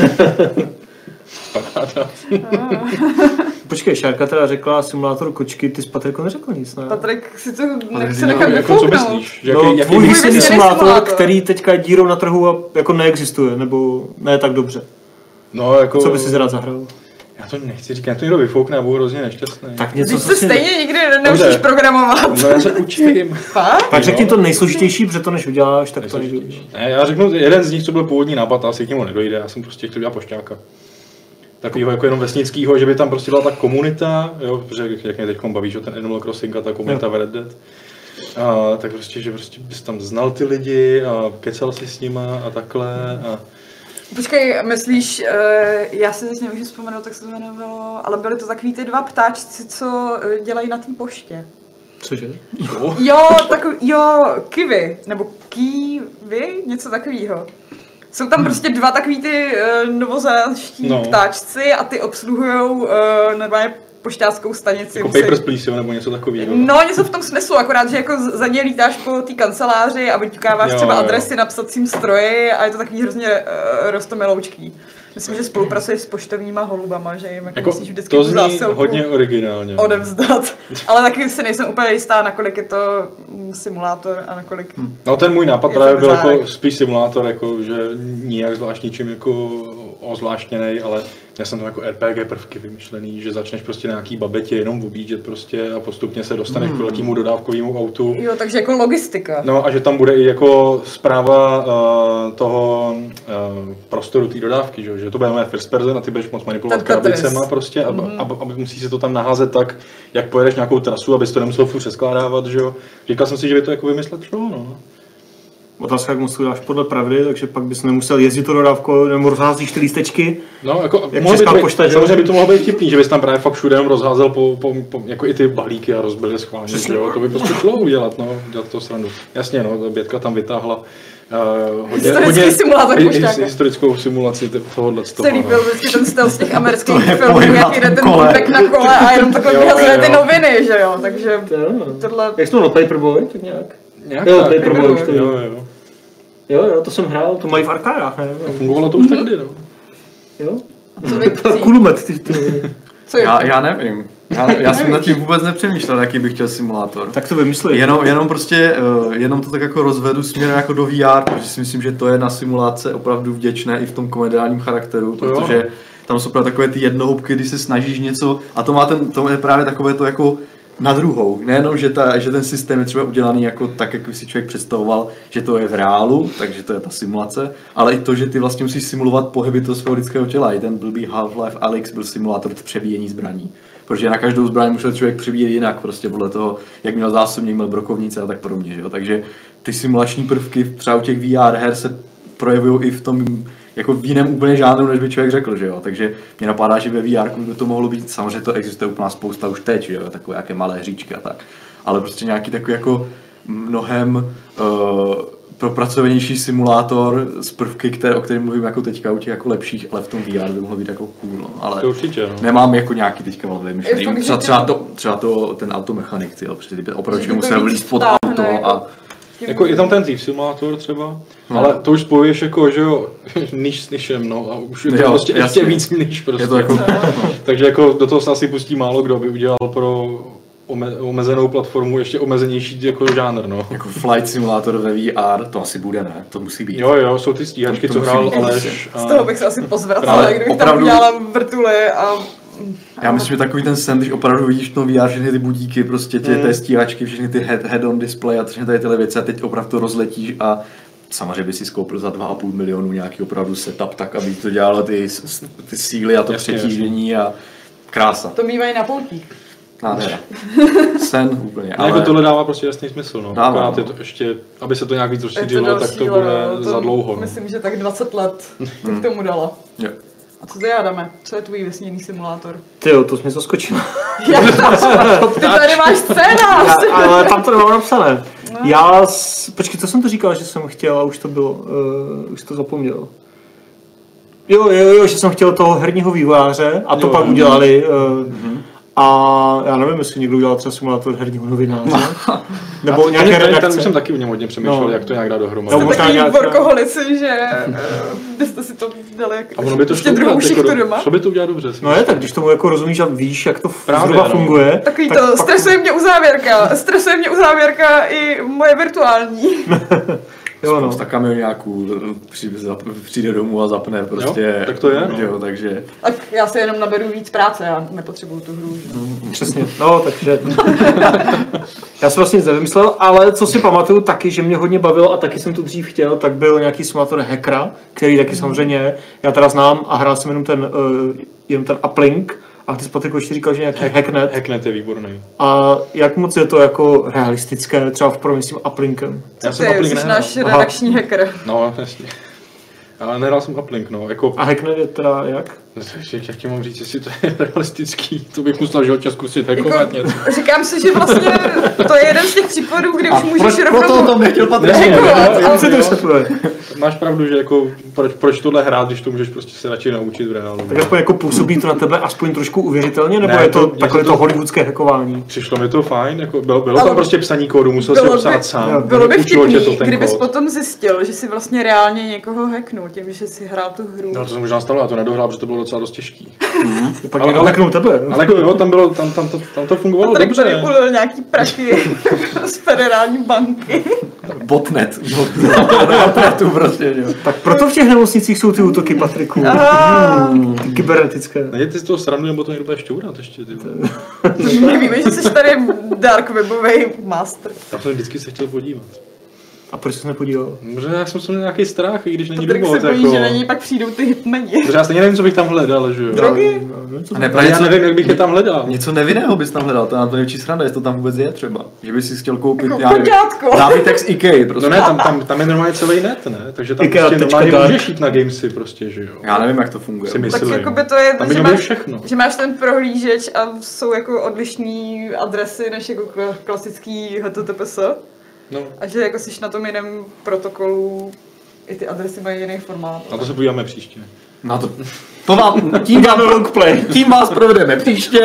Počkej, Šárka teda řekla simulátor kočky, ty jsi Patriku neřekl nic, ne? Patrik si to nechce nechat jako co vyfouknout. myslíš? No, tvůj výsledný simulátor, simulátor, který teďka je dírou na trhu a jako neexistuje, nebo ne tak dobře. No, jako... Co by si rád zahrál? Já to nechci říkat, to někdo vyfoukne a budu hrozně nešťastný. Tak něco Když se stejně nikdy neučíš programovat. No já se učím. Fakt? Tak řekni to nejsložitější, protože to než uděláš, tak to nejde. Ne, já řeknu jeden z nich, co byl původní nápad, a asi k němu nedojde, já jsem prostě chtěl dělat pošťáka. Takovýho jako jenom vesnickýho, že by tam prostě byla ta komunita, jo, protože jak mě teď baví, že ten Animal Crossing a ta komunita v Red Dead. A tak prostě, že prostě bys tam znal ty lidi a kecal si s nima a takhle. A... Počkej, myslíš, já si teď nemůžu vzpomenout, tak se to jmenovalo, ale byly to takový ty dva ptáčci, co dělají na té poště. Cože? Jo, kiwi, nebo kívy, něco takového. Jsou tam prostě dva takový ty novozélandští ptáčci a ty obsluhujou normálně pošťáckou stanici. Jako Papers, Please, nebo něco takového. No, něco v tom smyslu, akorát, že jako za ně lítáš po té kanceláři a vyťukáváš třeba adresy na psacím stroji a je to takový hrozně rostomiloučký. Myslím, že spolupracuješ s poštovníma holubama, že jim jako musíš vždycky to zní hodně originálně. Odevzdat. Ale taky si nejsem úplně jistá, nakolik je to simulátor a nakolik... No ten můj nápad právě byl jako spíš simulátor, jako, že nijak zvlášť ničím jako ozvláštněnej, ale já jsem tam jako RPG prvky vymyšlený, že začneš prostě na nějaký babetě jenom objíždět prostě a postupně se dostaneš k velkému dodávkovému autu. Jo, takže jako logistika. No a že tam bude i jako správa toho prostoru té dodávky, že to bude mít first person a ty budeš moc manipulovat krabicema prostě a musíš si to tam naházet tak, jak pojedeš nějakou trasu, abys to nemusel furt přeskládávat, že jo. Říkal jsem si, že by to jako vymyslet šlo, no. Otázka, jak moc to dáš podle pravdy, takže pak bys nemusel jezdit to dodávkou, nebo rozházíš ty lístečky. No, jako pošta, samozřejmě by to mohlo být vtipný, že bys tam právě fakt všude rozházel po jako i ty balíky a rozbil je schválně, že jo, to by prostě šlo udělat, no, dělat to srandu. Jasně, no, ta Bětka tam vytáhla historickou simulaci tohohle z toho. Celý byl vždycky ten styl z těch amerických filmů, jak jde ten týpek na kole a jenom takhle vyhazuje ty noviny, že jo, takže tohle... Jak jsi to Paperboy, tak nějak? Jo, Paperboy už to jo, to jsem hrál, to mají v arkádách, ne? Fungovalo to už tehdy, no. Jo? Kulumet, ty. Já nevím. Já jsem nad tím vůbec nepřemýšlel, jaký bych chtěl simulátor. Tak to vymyslí. Jenom prostě, jenom to tak jako rozvedu směrem jako do VR, protože si myslím, že to je na simulace opravdu vděčné i v tom komediálním charakteru, protože tam jsou právě takové ty jednohubky, kdy se snažíš něco a to je právě takové to jako na druhou. Nejenom, že ten systém je třeba udělaný jako tak, jak si člověk představoval, že to je v reálu, takže to je ta simulace, ale i to, že ty vlastně musíš simulovat pohyby toho svého lidského těla. I ten blbý Half-Life Alyx byl simulátor přebíjení zbraní. Protože na každou zbraň musel člověk přebíjet jinak, prostě podle toho, jak měl zásobník, měl brokovnice a tak podobně. Že? Takže ty simulační prvky třeba u těch VR her se projevují i v tom jako v jiném úplně žánru, než by člověk řekl, že jo. Takže mě napadá, že ve VR by to mohlo být, samozřejmě to existuje úplná spousta už teď, že jo, takové nějaké malé hříčky a tak. Ale prostě nějaký takový jako mnohem propracovanější simulátor z prvky, o kterém mluvím jako teďka u těch jako lepších, ale v tom VR by mohlo být jako cool, no. Ale to určitě, no. Nemám jako nějaký teďka velmi myšlený. Třeba to ten automechanik, jo, protože ty opravdu musel vlízt pod auto a jako je tam ten Thief simulátor třeba, ale to už spojuješ jako, že jo, níž s nišem, no a už je to prostě ještě víc níž prostě. Je to jako, takže jako do toho se asi pustí málo kdo by udělal pro omezenou platformu ještě omezenější jako žánr, no. Jako flight simulátor ve VR, to asi bude, ne? To musí být. Jo, jsou ty stíhačky, co hrál Aleš. Z toho bych se asi pozvracela, kdybych tam udělala vrtuly a... Já myslím, že takový ten sen, když opravdu vidíš v tom VR všechny ty budíky, prostě ty stíhačky, všechny ty head-on display a všechny tady tyhle věci a teď opravdu to rozletíš a samozřejmě by si skoupil za 2,5 milionu nějaký opravdu setup tak, aby to dělalo ty síly a to přetížení a krása. To mývají na poutích. Nádhera. Sen úplně. Ale... Jako tohle dává prostě jasný smysl, no. Dává, Akorát je no. to ještě, aby se to nějak víc rozšířilo, tak to bude za dlouho. Myslím, že tak 20 let to k tomu dala. Jo. A co ty, Adame? Co je tvůj vesmírný simulátor? Tyjo, to jsi mě zaskočil. Ty tady máš scénář! Ale tam to nemám napsané. No. Počkej, co jsem to říkal, že jsem chtěl a už to bylo, už to zapomněl. Jo, že jsem chtěl toho herního vývojáře a to pak udělali. A já nevím, jestli někdo udělal třeba simulátor herního novináře. Nebo nějaké redakce. Ten jsem taky o něm hodně přemýšlel, jak to nějak dát dohromady. Jste takový workoholici, že byste si to dali jako ono by to ještě druhou šichtu doma. Šlo by to udělat dobře. No je, tak když tomu jako rozumíš a víš, jak to zhruba funguje. Takový tak to, stresuje mě uzávěrka i moje virtuální. Jo, no. Spousta kamionáků přijde domů a zapne prostě. Jo, tak to je, no. Jo, takže... Tak já si jenom naberu víc práce, já nepotřebuju tu hru. Přesně, no takže... Já jsem vlastně nic nevymyslel, ale co si pamatuju taky, že mě hodně bavilo a taky jsem to dřív chtěl, tak byl nějaký simulátor hackera, který taky samozřejmě já teda znám a hrál jsem jenom ten uplink. A ty jsi Patriku ještě říkal, že nějaký Hacknet. Hacknet je výborný. A jak moc je to jako realistické, třeba v porovnání s tím uplinkem? Já jsem uplink jsi náš redakční hacker. No, jasně. Ale nehrál jsem uplink, no. Jako... A Hacknet je teda jak? Jak ti mám říct, jestli to je realistický, to bych musel životě zkusit hackovat něco. Říkám si, že vlastně to je jeden z těch případů, kde už můžeš rovnou... Proto o tom nechtěl Patrik. Máš pravdu, že jako proč tohle hrát, když to můžeš prostě se radši naučit v reálu. Tak aspoň jako působí to na tebe aspoň trošku uvěřitelně, nebo ne, je to takové to hollywoodské hackování? Přišlo mi to fajn, jako bylo tam prostě psaní kódu, musel si psát sám. Bylo by vtipný, kdybys potom zjistil, že si vlastně reálně někoho hacknul tím, že si hrál tu hru. No to jsem možná stalo, já to nedohrál, protože to bylo docela dost těžký. Pak někdo hacknul tebe. Ale jo, tam to fungovalo dobře. Patrik ulil nějaký prachy z federální banky. Botnet. Botnetu prostě, jo. Tak proto v těch nemocnicích jsou ty útoky, Patriku. Ty kybernetické. Ne, ty z toho srandu, nebo to někdo bude šťourat ještě, ty. My víme, že jsi tady dark webový master. Já jsem vždycky se chtěl podívat. A proč jsi nepodíval? Možná já jsem měl nějaký strach, i když není Patrik důvod. se bojí, jako... že na něj pak přijdou ty hitmeni. Protože já stejně nevím, co bych tam hledal, že jo. Drogy? Ale já nevím, jak bych je tam hledal. Něco nevinného bys tam hledal, to je na to největší sranda, jestli to tam vůbec je třeba. Že bys si chtěl koupit jako nábytek z IKEA prostě. No ne, tam je normálně celý net, ne? Takže tam prostě normálně můžeš jít na gamesy prostě, že jo. Já nevím, jak to funguje. Tak jako by to je, že máš ten prohlížeč a jsou jako odlišné adresy než jako klasický HTTPS. No. A že jako jsi na tom jiném protokolu, i ty adresy mají jiný formát. Na to se podíváme příště. Na to. Tím vás provedeme příště.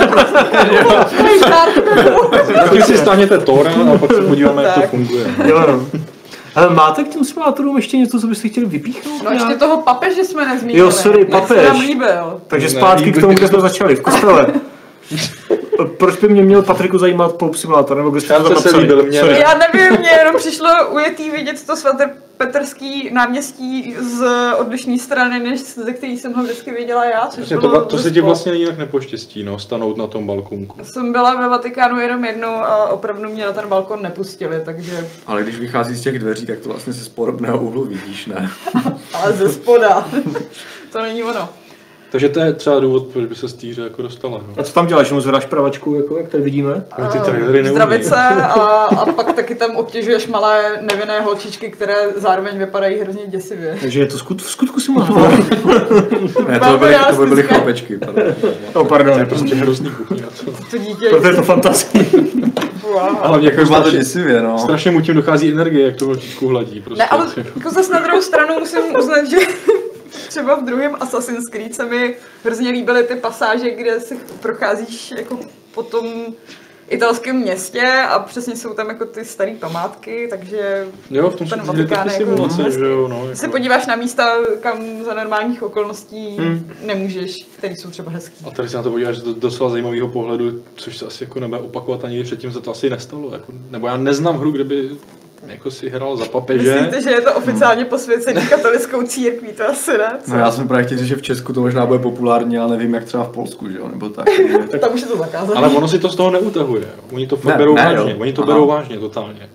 Taky si stáhněte Tora a pak se podíváme, jak to funguje. Jo, no. Ale máte k těm simulátorům ještě něco, co byste chtěli vypíchnout? No ještě toho papeže jsme nezmínili. Jo, sorry, papež. Nám líbil. Takže zpátky k tomu, kde jsme začali, v kostele. Proč by mě měl Patriku zajímat Pope Simulator, nebo kde jste to napsali? Já nevím, mě jenom přišlo ujetý vidět to svatopetrský náměstí z odlišné strany, než ze který jsem ho vždycky viděla já. To se ti vlastně jinak nepoštěstí, no, stanout na tom balkónku. Jsem byla ve Vatikánu jenom jednou a opravdu mě na ten balkon nepustili, takže... Ale když vychází z těch dveří, tak to vlastně se z podobného úhlu vidíš, ne? Ale ze spoda. To není ono. Takže to je třeba důvod, proč by se z týře jako dostala. No. A co tam děláš, jenom zvedáš pravačku, jako, jak tady vidíme? Ty trailery zdravice a pak taky tam obtěžuješ malé nevinné holčičky, které zároveň vypadají hrozně děsivě. Takže je to v skutku simulátor. Ne, to by byly chlapečky. Pardon. To je prostě hrozný kuchní na to. To dítě. Proto je to fantastický. Wow. Ale jako má to děsivě, no. Strašně mu tím dochází energie, jak to holčičku hladí. Prostě. Ne, ale jako zase na druhou stranu musím uznat, že třeba v druhém Assassin's Creed se mi hrozně líbily ty pasáže, kde se procházíš jako po tom italském městě a přesně jsou tam jako ty staré památky, takže jo, v tom ten Vatikán je jako že jo, no, jako... se podíváš na místa, kam za normálních okolností nemůžeš, které jsou třeba hezký. A tady se na to podíváš do docela zajímavého pohledu, což se asi jako nebude opakovat ani předtím, se to asi nestalo. Jako, nebo já neznám hru, kde by jako si hrál za papeže. Myslíte, že je to oficiálně posvěcený katolickou církví, to asi ne? Co? No já jsem právě chtěl říct, že v Česku to možná bude populární, ale nevím jak třeba v Polsku, že jo, nebo tak. Tam už je to zakázané. Ale ono si to z toho neutahuje. Oni to fakt berou vážně, oni to berou vážně totálně.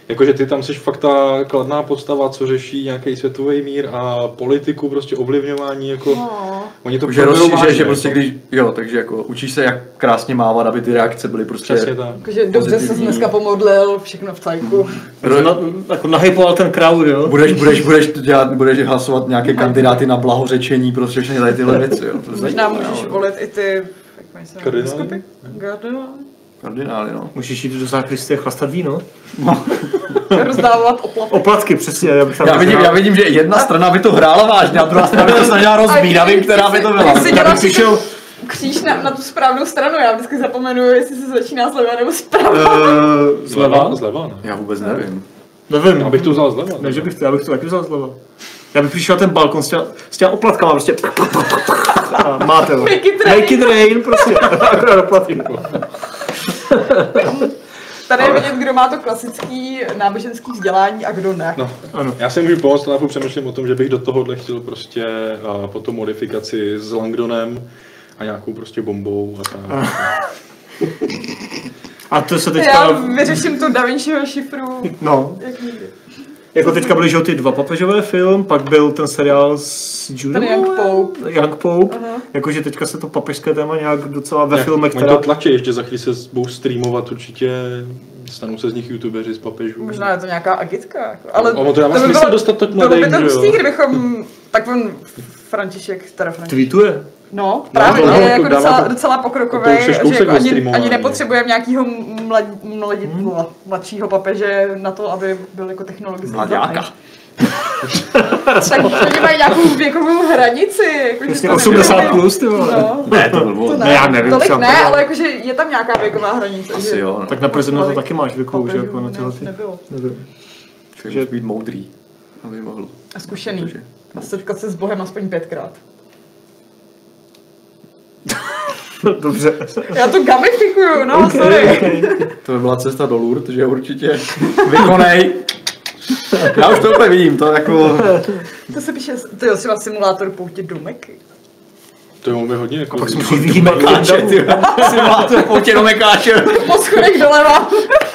Jakože ty tam jsi fakt ta kladná postava, co řeší nějaký světový mír a politiku, prostě ovlivňování, jako... Oni to že prostě když, jo, takže jako učíš se, jak krásně mávat, aby ty reakce byly prostě... Přesně tak. Takže dobře se dneska pomodlil, všechno v cajku. Jako nahypoval ten crowd, jo? Budeš hlasovat nějaké kandidáty na blahořečení, prostě všechny tady tyhle věci, jo. Možná můžeš volit i ty... Kardinály? Kardinály, no. Můžeš jít do zákristie chlastat víno? Rozdávat oplatky. Oplatky, přesně. Já vidím, že jedna strana by to hrála vážně a druhá strana by to snažila rozbít, a vím, která by to byla. Ty si děláš kříž na tu správnou stranu, já vždycky zapomenu, jestli se začíná zleva nebo zprava. Zleva, ne? Já vůbec nevím. Nevím. Já bych to vzal zleva. Ne, že bych to, já bych to taky vzal zleva. Já bych přišel ten balkon s těma oplatkama, prostě... A máte ho. Make it rain, prostě. Akorát oplatky. Tady je vidět, kdo má to klasický náboženský vzdělání a kdo ne. No, ano. Já si můžu pomoct, ale přemýšlím o tom, že bych do tohohle chtěl prostě potom modifikaci s Langdonem a nějakou prostě bombou a tak. A to se teďka... Já vyřeším tu Da Vinciho šifru. No. Jak nikdy. Jako teďka byly, že ty 2 papežové film, pak byl ten seriál s Ten Young Pope. Young Pope. Aha. Jakože teďka se to papežské téma nějak docela ve filmech, Oni to tlačí, ještě za chvíli se budou streamovat určitě, stanou se z nich youtubeři z papežů. Možná je to nějaká agitka. Jako. Ale ono to dává smysl dostat tak bylo mladým, by to že hustý, jo? kdybychom... Tak on František, teda František. tweetuje. No, právě to je jako jako dává docela pokrokový, to už je že kousek jako ve ani streamování. nepotřebujeme nějakýho mladšího papeže na to, aby byl jako technologicky Mlaďáka. Tak oni mají nějakou věkovou hranici. Jako, Vlastně to 80 nebylo- plus, ty vole. No, Ne, to bylo. to Ne, já nevím, tolik třeba ne, to- ale jakože je tam nějaká věková hranice. Asi že jo, no. Tak na prezidenta tolik taky máš věkovou, že papežů jako na tyhle ty. nebylo. Nevím. Člověk musí být moudrý, aby mohl. A zkušený. Takže- A setkat se s Bohem aspoň 5krát. Dobře. Já to gamifikuju, no, Okay, sorry. okay. To by byla cesta do Lourdes, že určitě vykonej. Já už to úplně vidím, to jako... To se píše, to je třeba simulátor poutě do Meky. To je hodně jako... Pak jsme šli Mekáče, ty simulátor poutě do Mekáče. Po schodech doleva.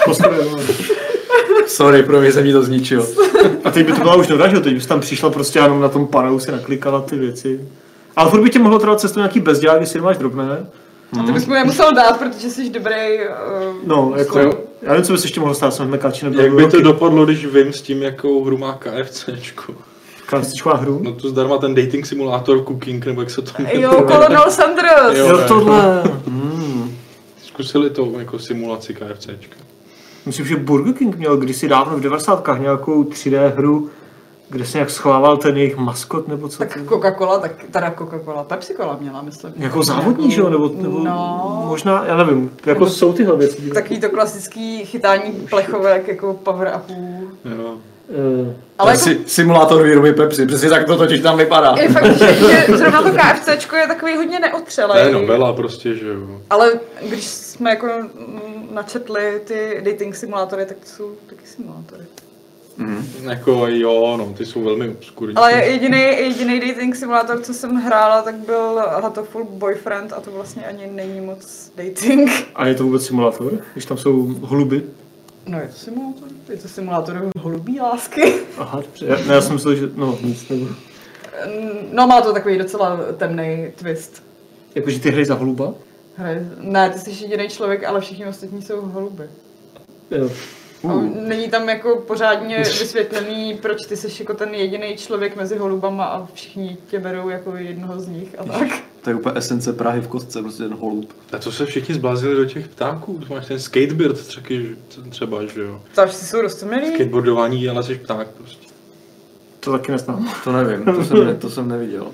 Sorry, pro mě se mi to zničilo. A teď by to byla už noda, že? Teď bys tam přišla prostě jenom na tom panelu si naklikala ty věci. Ale furt by tě mohlo trvat cestu nějaký bezdělák, když si nemáš drobné. A ty bys mu je musel dát, protože jsi dobrý. No, jako, já nevím, co bys ještě mohl stát, jsem mekáči nebyl. Jak by to dopadlo, když vím s tím, jakou hru má KFCčko? Klasická hru? No tu zdarma ten dating simulátor Cooking, nebo jak se to jmenuje. Jo, Colonel Sanders. Jo. Jo, tohle. Zkusili to jako simulaci KFCčka. Myslím, že Burger King měl kdysi dávno v 90kách nějakou 3D hru, kde se nějak schovával ten jejich maskot, nebo co? Tak Coca-Cola, tak teda Coca-Cola, Pepsi-Cola měla, myslím. Jako závodní, že jo? Nebo No. možná, já nevím, jako jsou tyhle věci. Takový to klasický chytání plechovek, jako power-upů. Jo. Ale Ale jako, simulátor výroby Pepsi, přesně tak to totiž tam vypadá. je fakt, že zrovna to KFCčko je takový hodně To je neotřelej. novela prostě, že jo. Ale když jsme jako načetli ty dating simulátory, tak to jsou taky simulátory. Jako jo, no, ty jsou velmi obskurní. Ale jediný dating simulátor, co jsem hrála, tak byl Hatoful Boyfriend a to vlastně ani není moc dating. A je to vůbec simulátor, když tam jsou holuby? No je to simulátor holubí lásky. Aha, dobře. Já jsem myslel, že no nic nebudu. No má to takový docela temný twist. Jakože ty hry za holuba? Ne, ty jsi jediný člověk, ale všichni ostatní jsou holuby. Jo. A není tam jako pořádně vysvětlený, proč ty jsi jako ten jediný člověk mezi holubama a všichni tě berou jako jednoho z nich a tak. To je úplně esence Prahy v kostce, prostě ten holub. A to se všichni zblázili do těch ptáků, to máš ten skateboard třeba, že jo. To až si jsou roztomilí? Skateboardování, ale jsi pták prostě. To taky neznám. To nevím, to jsem neviděl.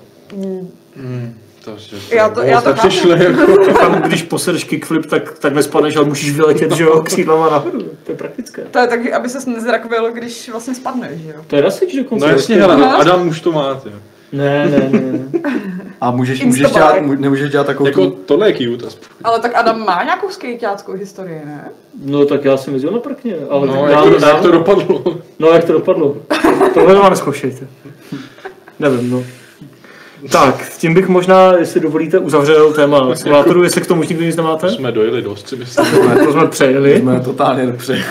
Já to přišli jako... Tam, když posedeš kickflip, tak nespadneš, ale musíš vyletět, že jo, křídlama nahoru. To je praktické. To je taky, aby ses nezrakvil, když vlastně spadneš, že jo? To je rasič dokonce. No jasně, hele, Adam už to má, ty. Ne. A můžeš Instabike. dělat, nemůžeš dělat takovou Jako tu... tohle je cute aspoň. Ale tak Adam má nějakou skejťáckou historii, ne? No tak já jsem jezdil na prkně, ale No, tak jak to dopadlo? No jak to dopadlo? Tohle vám neskoušejte. Nevím, no. Tak, s tím bych možná, jestli dovolíte, uzavřel téma simulátoru, jestli k tomu už nikdo nic nemáte. Jsme dojeli dost, si myslím. To jsme přejeli. Jsme totálně přejeli.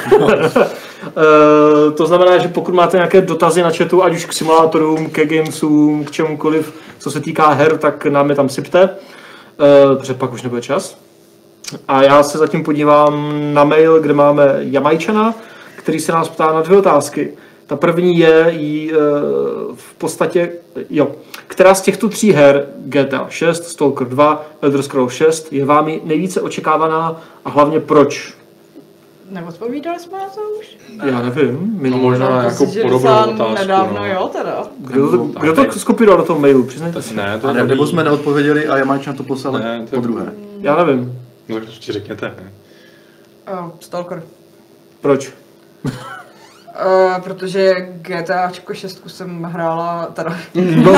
To znamená, že pokud máte nějaké dotazy na chatu, ať už k simulátorům, ke gamesům, k čemukoliv, co se týká her, tak nám je tam sypte, protože pak už nebude čas. A já se zatím podívám na mail, kde máme Jamajčana, který se nás ptá na 2 otázky. Ta první je v podstatě, která z těchto 3 her, GTA 6, Stalker 2, Elder Scrolls 6, je vámi nejvíce očekávaná a hlavně proč? Neodpovídali jsme na to už? Já nevím. No možná jako podobnou otázku. Nedávno, no. jo, teda. Kdo to skopíroval do toho mailu, přiznejte si. Ne, to A nebo jsme neodpověděli a Jamajčan to poslal Ne, to- po druhé. Já nevím. No tak to ti řekněte. Ne? Stalker. Proč? Protože GTAčko 6 jsem hrála, teda No,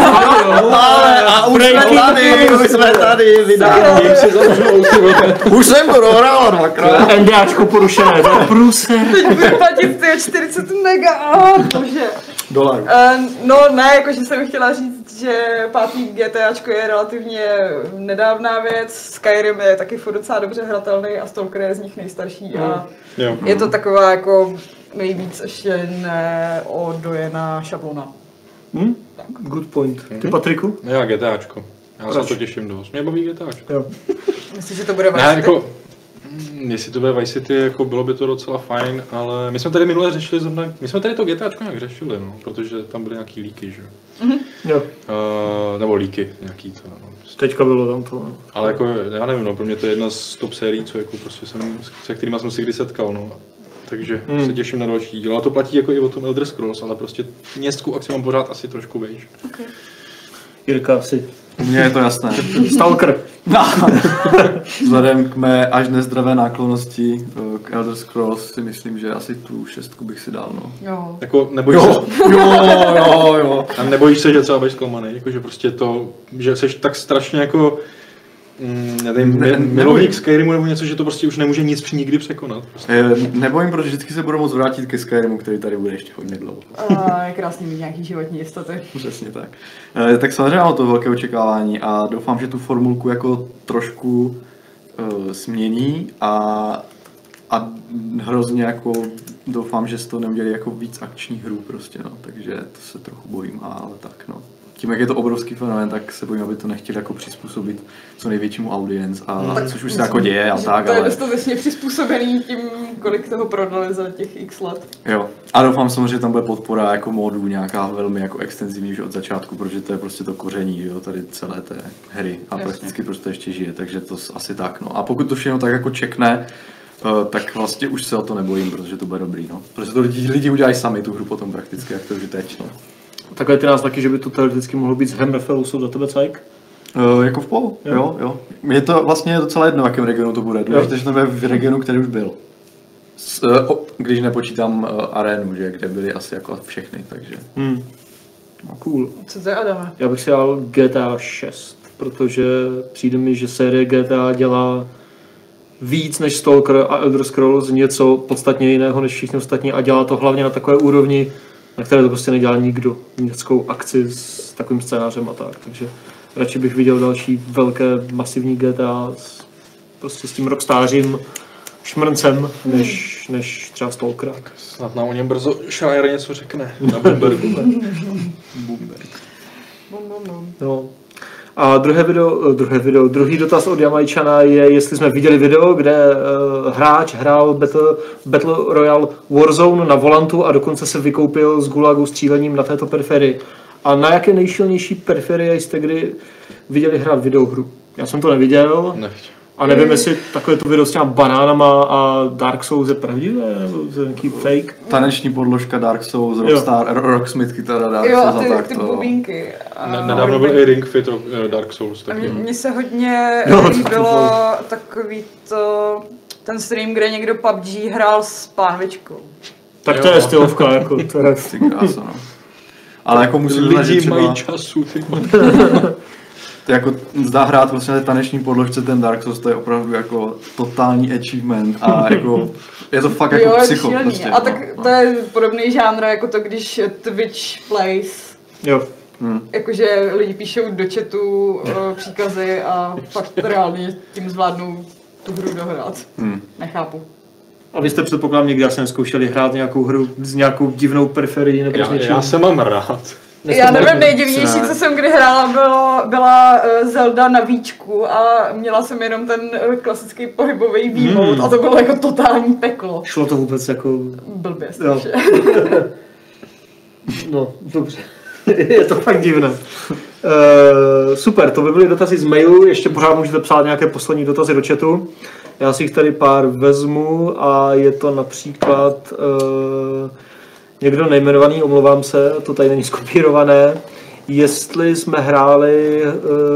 A už jsme tady, vydali. Jim si zavřou, ty vole. Už jsem to dohrála 2krát. NDAčko porušené, to je průser. teď budu platit ty 40 mega, bože. Dolarů. No ne, jakože jsem chtěla říct, že 5. GTAčko je relativně nedávná věc, Skyrim je taky furt docela dobře hratelný a Stalker je z nich nejstarší a Jo. je to taková jako nejvíc ještě neodojená šablona. Good point. Ty, Patriku? No já GTAčko. Já se Proč? to těším dost. Mě baví GTAčko. Jo. Myslím, že to bude Ne, Vice City? jako, jestli to bude Vice City, jako bylo by to docela fajn, ale my jsme tady minule řešili zrovna, my jsme tady to GTAčko nějak řešili, no, protože tam byly nějaký líky, že jo. Jo. Nebo líky, nějaký to, no. Teďka bylo tam to. No. Ale jako, já nevím, no, pro mě to je jedna z top sérií, co jako prostě se kterýma jsem si kdy setkal, no. Takže se těším na další díl. A to platí jako i o tom Elder Scrolls, ale prostě městskou akci mám pořád asi trošku vejš. Jirka asi. Mně je to jasné. Stalker. Vzhledem k mé až nezdravé náklonnosti k Elder Scrolls si myslím, že asi tu 6 bych si dal, no. Jo. Jako, nebojíš se, Jo. a nebojíš se, že třeba budeš zklamaný, jakože prostě to, že jsi tak strašně jako milovník Skyrimu nebo něco, že to prostě už nemůže nic nikdy překonat. Prostě. Nebojím, protože vždycky se budu moct vrátit ke Skyrimu, který tady bude ještě hodně dlouho. A je krásný mít nějaký životní jistoty. Přesně tak. Tak samozřejmě mám to velké očekávání a doufám, že tu formulku jako trošku změní a hrozně jako doufám, že z toho neudělí jako víc akčních hrů prostě, no. Takže to se trochu bojím, ale tak no. Tím, jak je to obrovský fenomén, tak se bojím, aby to nechtěli jako přizpůsobit co největšímu audience, a což už se jako děje a tak, To je ale... dostatečně přizpůsobený tím, kolik toho prodali za těch x let. Jo. A doufám samozřejmě, že tam bude podpora jako modů nějaká velmi jako extenzivní už od začátku, protože to je prostě to koření, jo, tady celé té hry a Jasně. prakticky prostě ještě žije, takže to asi tak, no. A pokud to všechno tak jako čekne, tak vlastně už se o to nebojím, protože to bude dobrý, no. Protože to lidi udělají sami tu hru potom prakticky, jak to už je teď, no. Takhle ty náznaky, že by to teoreticky mohlo být z Hammerfellu, jsou za tebe cajk? Jako v polu, jo. Je to vlastně docela jedno, v jakém regionu to bude. Důležité, že to bude v regionu, který už byl. Když nepočítám arénu, že, kde byly asi jako všechny, takže... No, cool. Co to je, Adame? Já bych si dal GTA 6, protože přijde mi, že série GTA dělá víc než Stalker a Elder Scrolls, něco podstatně jiného než všichni ostatní a dělá to hlavně na takové úrovni, na které to prostě nedělá nikdo. Městskou akci s takovým scénářem a tak, takže radši bych viděl další velké, masivní GTA prostě s tím rockstářím šmrncem, než třeba Stalkera. Snad nám o něm brzo Schreier něco řekne na Bloombergu. No. A druhý dotaz od Jamajčana je, jestli jsme viděli video, kde hráč hrál Battle Royale Warzone na volantu a dokonce se vykoupil z gulagu střílením na této periferii. A na jaké nejšilnější periferie jste kdy viděli hrát videohru? Já jsem to neviděl. Nechť. A nevím, jestli takové to video s těma banánama a Dark Souls je pravdivé, nebo je nějaký fake. Taneční podložka Dark Souls, Rocksmith kytara Dark Jo, Souls a a ty, tak ty to... bubínky. Nedávno byl i Ring Fit Dark Souls taky. Mně se hodně No, líbilo takový ten stream, kde někdo PUBG hrál s pánvičkou. Tak to Jo. je stylovka, jako to je... Ty krása, no. Ale jako musím znát, že Lidi třeba... mají času, ty vole. To jako zdá hrát vlastně na té taneční podložce ten Dark Souls, to je opravdu jako totální achievement a jako je to fakt jako Jo, je psycho šílený. prostě. A tak to je podobný žánr jako to, když Twitch plays. Jo. Jakože lidi píšou do chatu příkazy a fakt reálně tím zvládnou tu hru dohrát. Nechápu. A vy jste předpokládám někdy asi zkoušeli hrát nějakou hru s nějakou divnou periferií nebo s něčím? Já se mám rád. Já nevím, nejdivnější, co jsem kdy hrála, byla Zelda na víčku a měla jsem jenom ten klasický pohybový výmod a to bylo jako totální peklo. Šlo to vůbec jako... Blbě Jo. strašně. No, dobře. Je to fakt divné. Super, to by byly dotazy z mailu, ještě pořád můžete psát nějaké poslední dotazy do chatu. Já si jich tady pár vezmu a je to například někdo nejmenovaný, omlouvám se, to tady není skopírované, jestli jsme hráli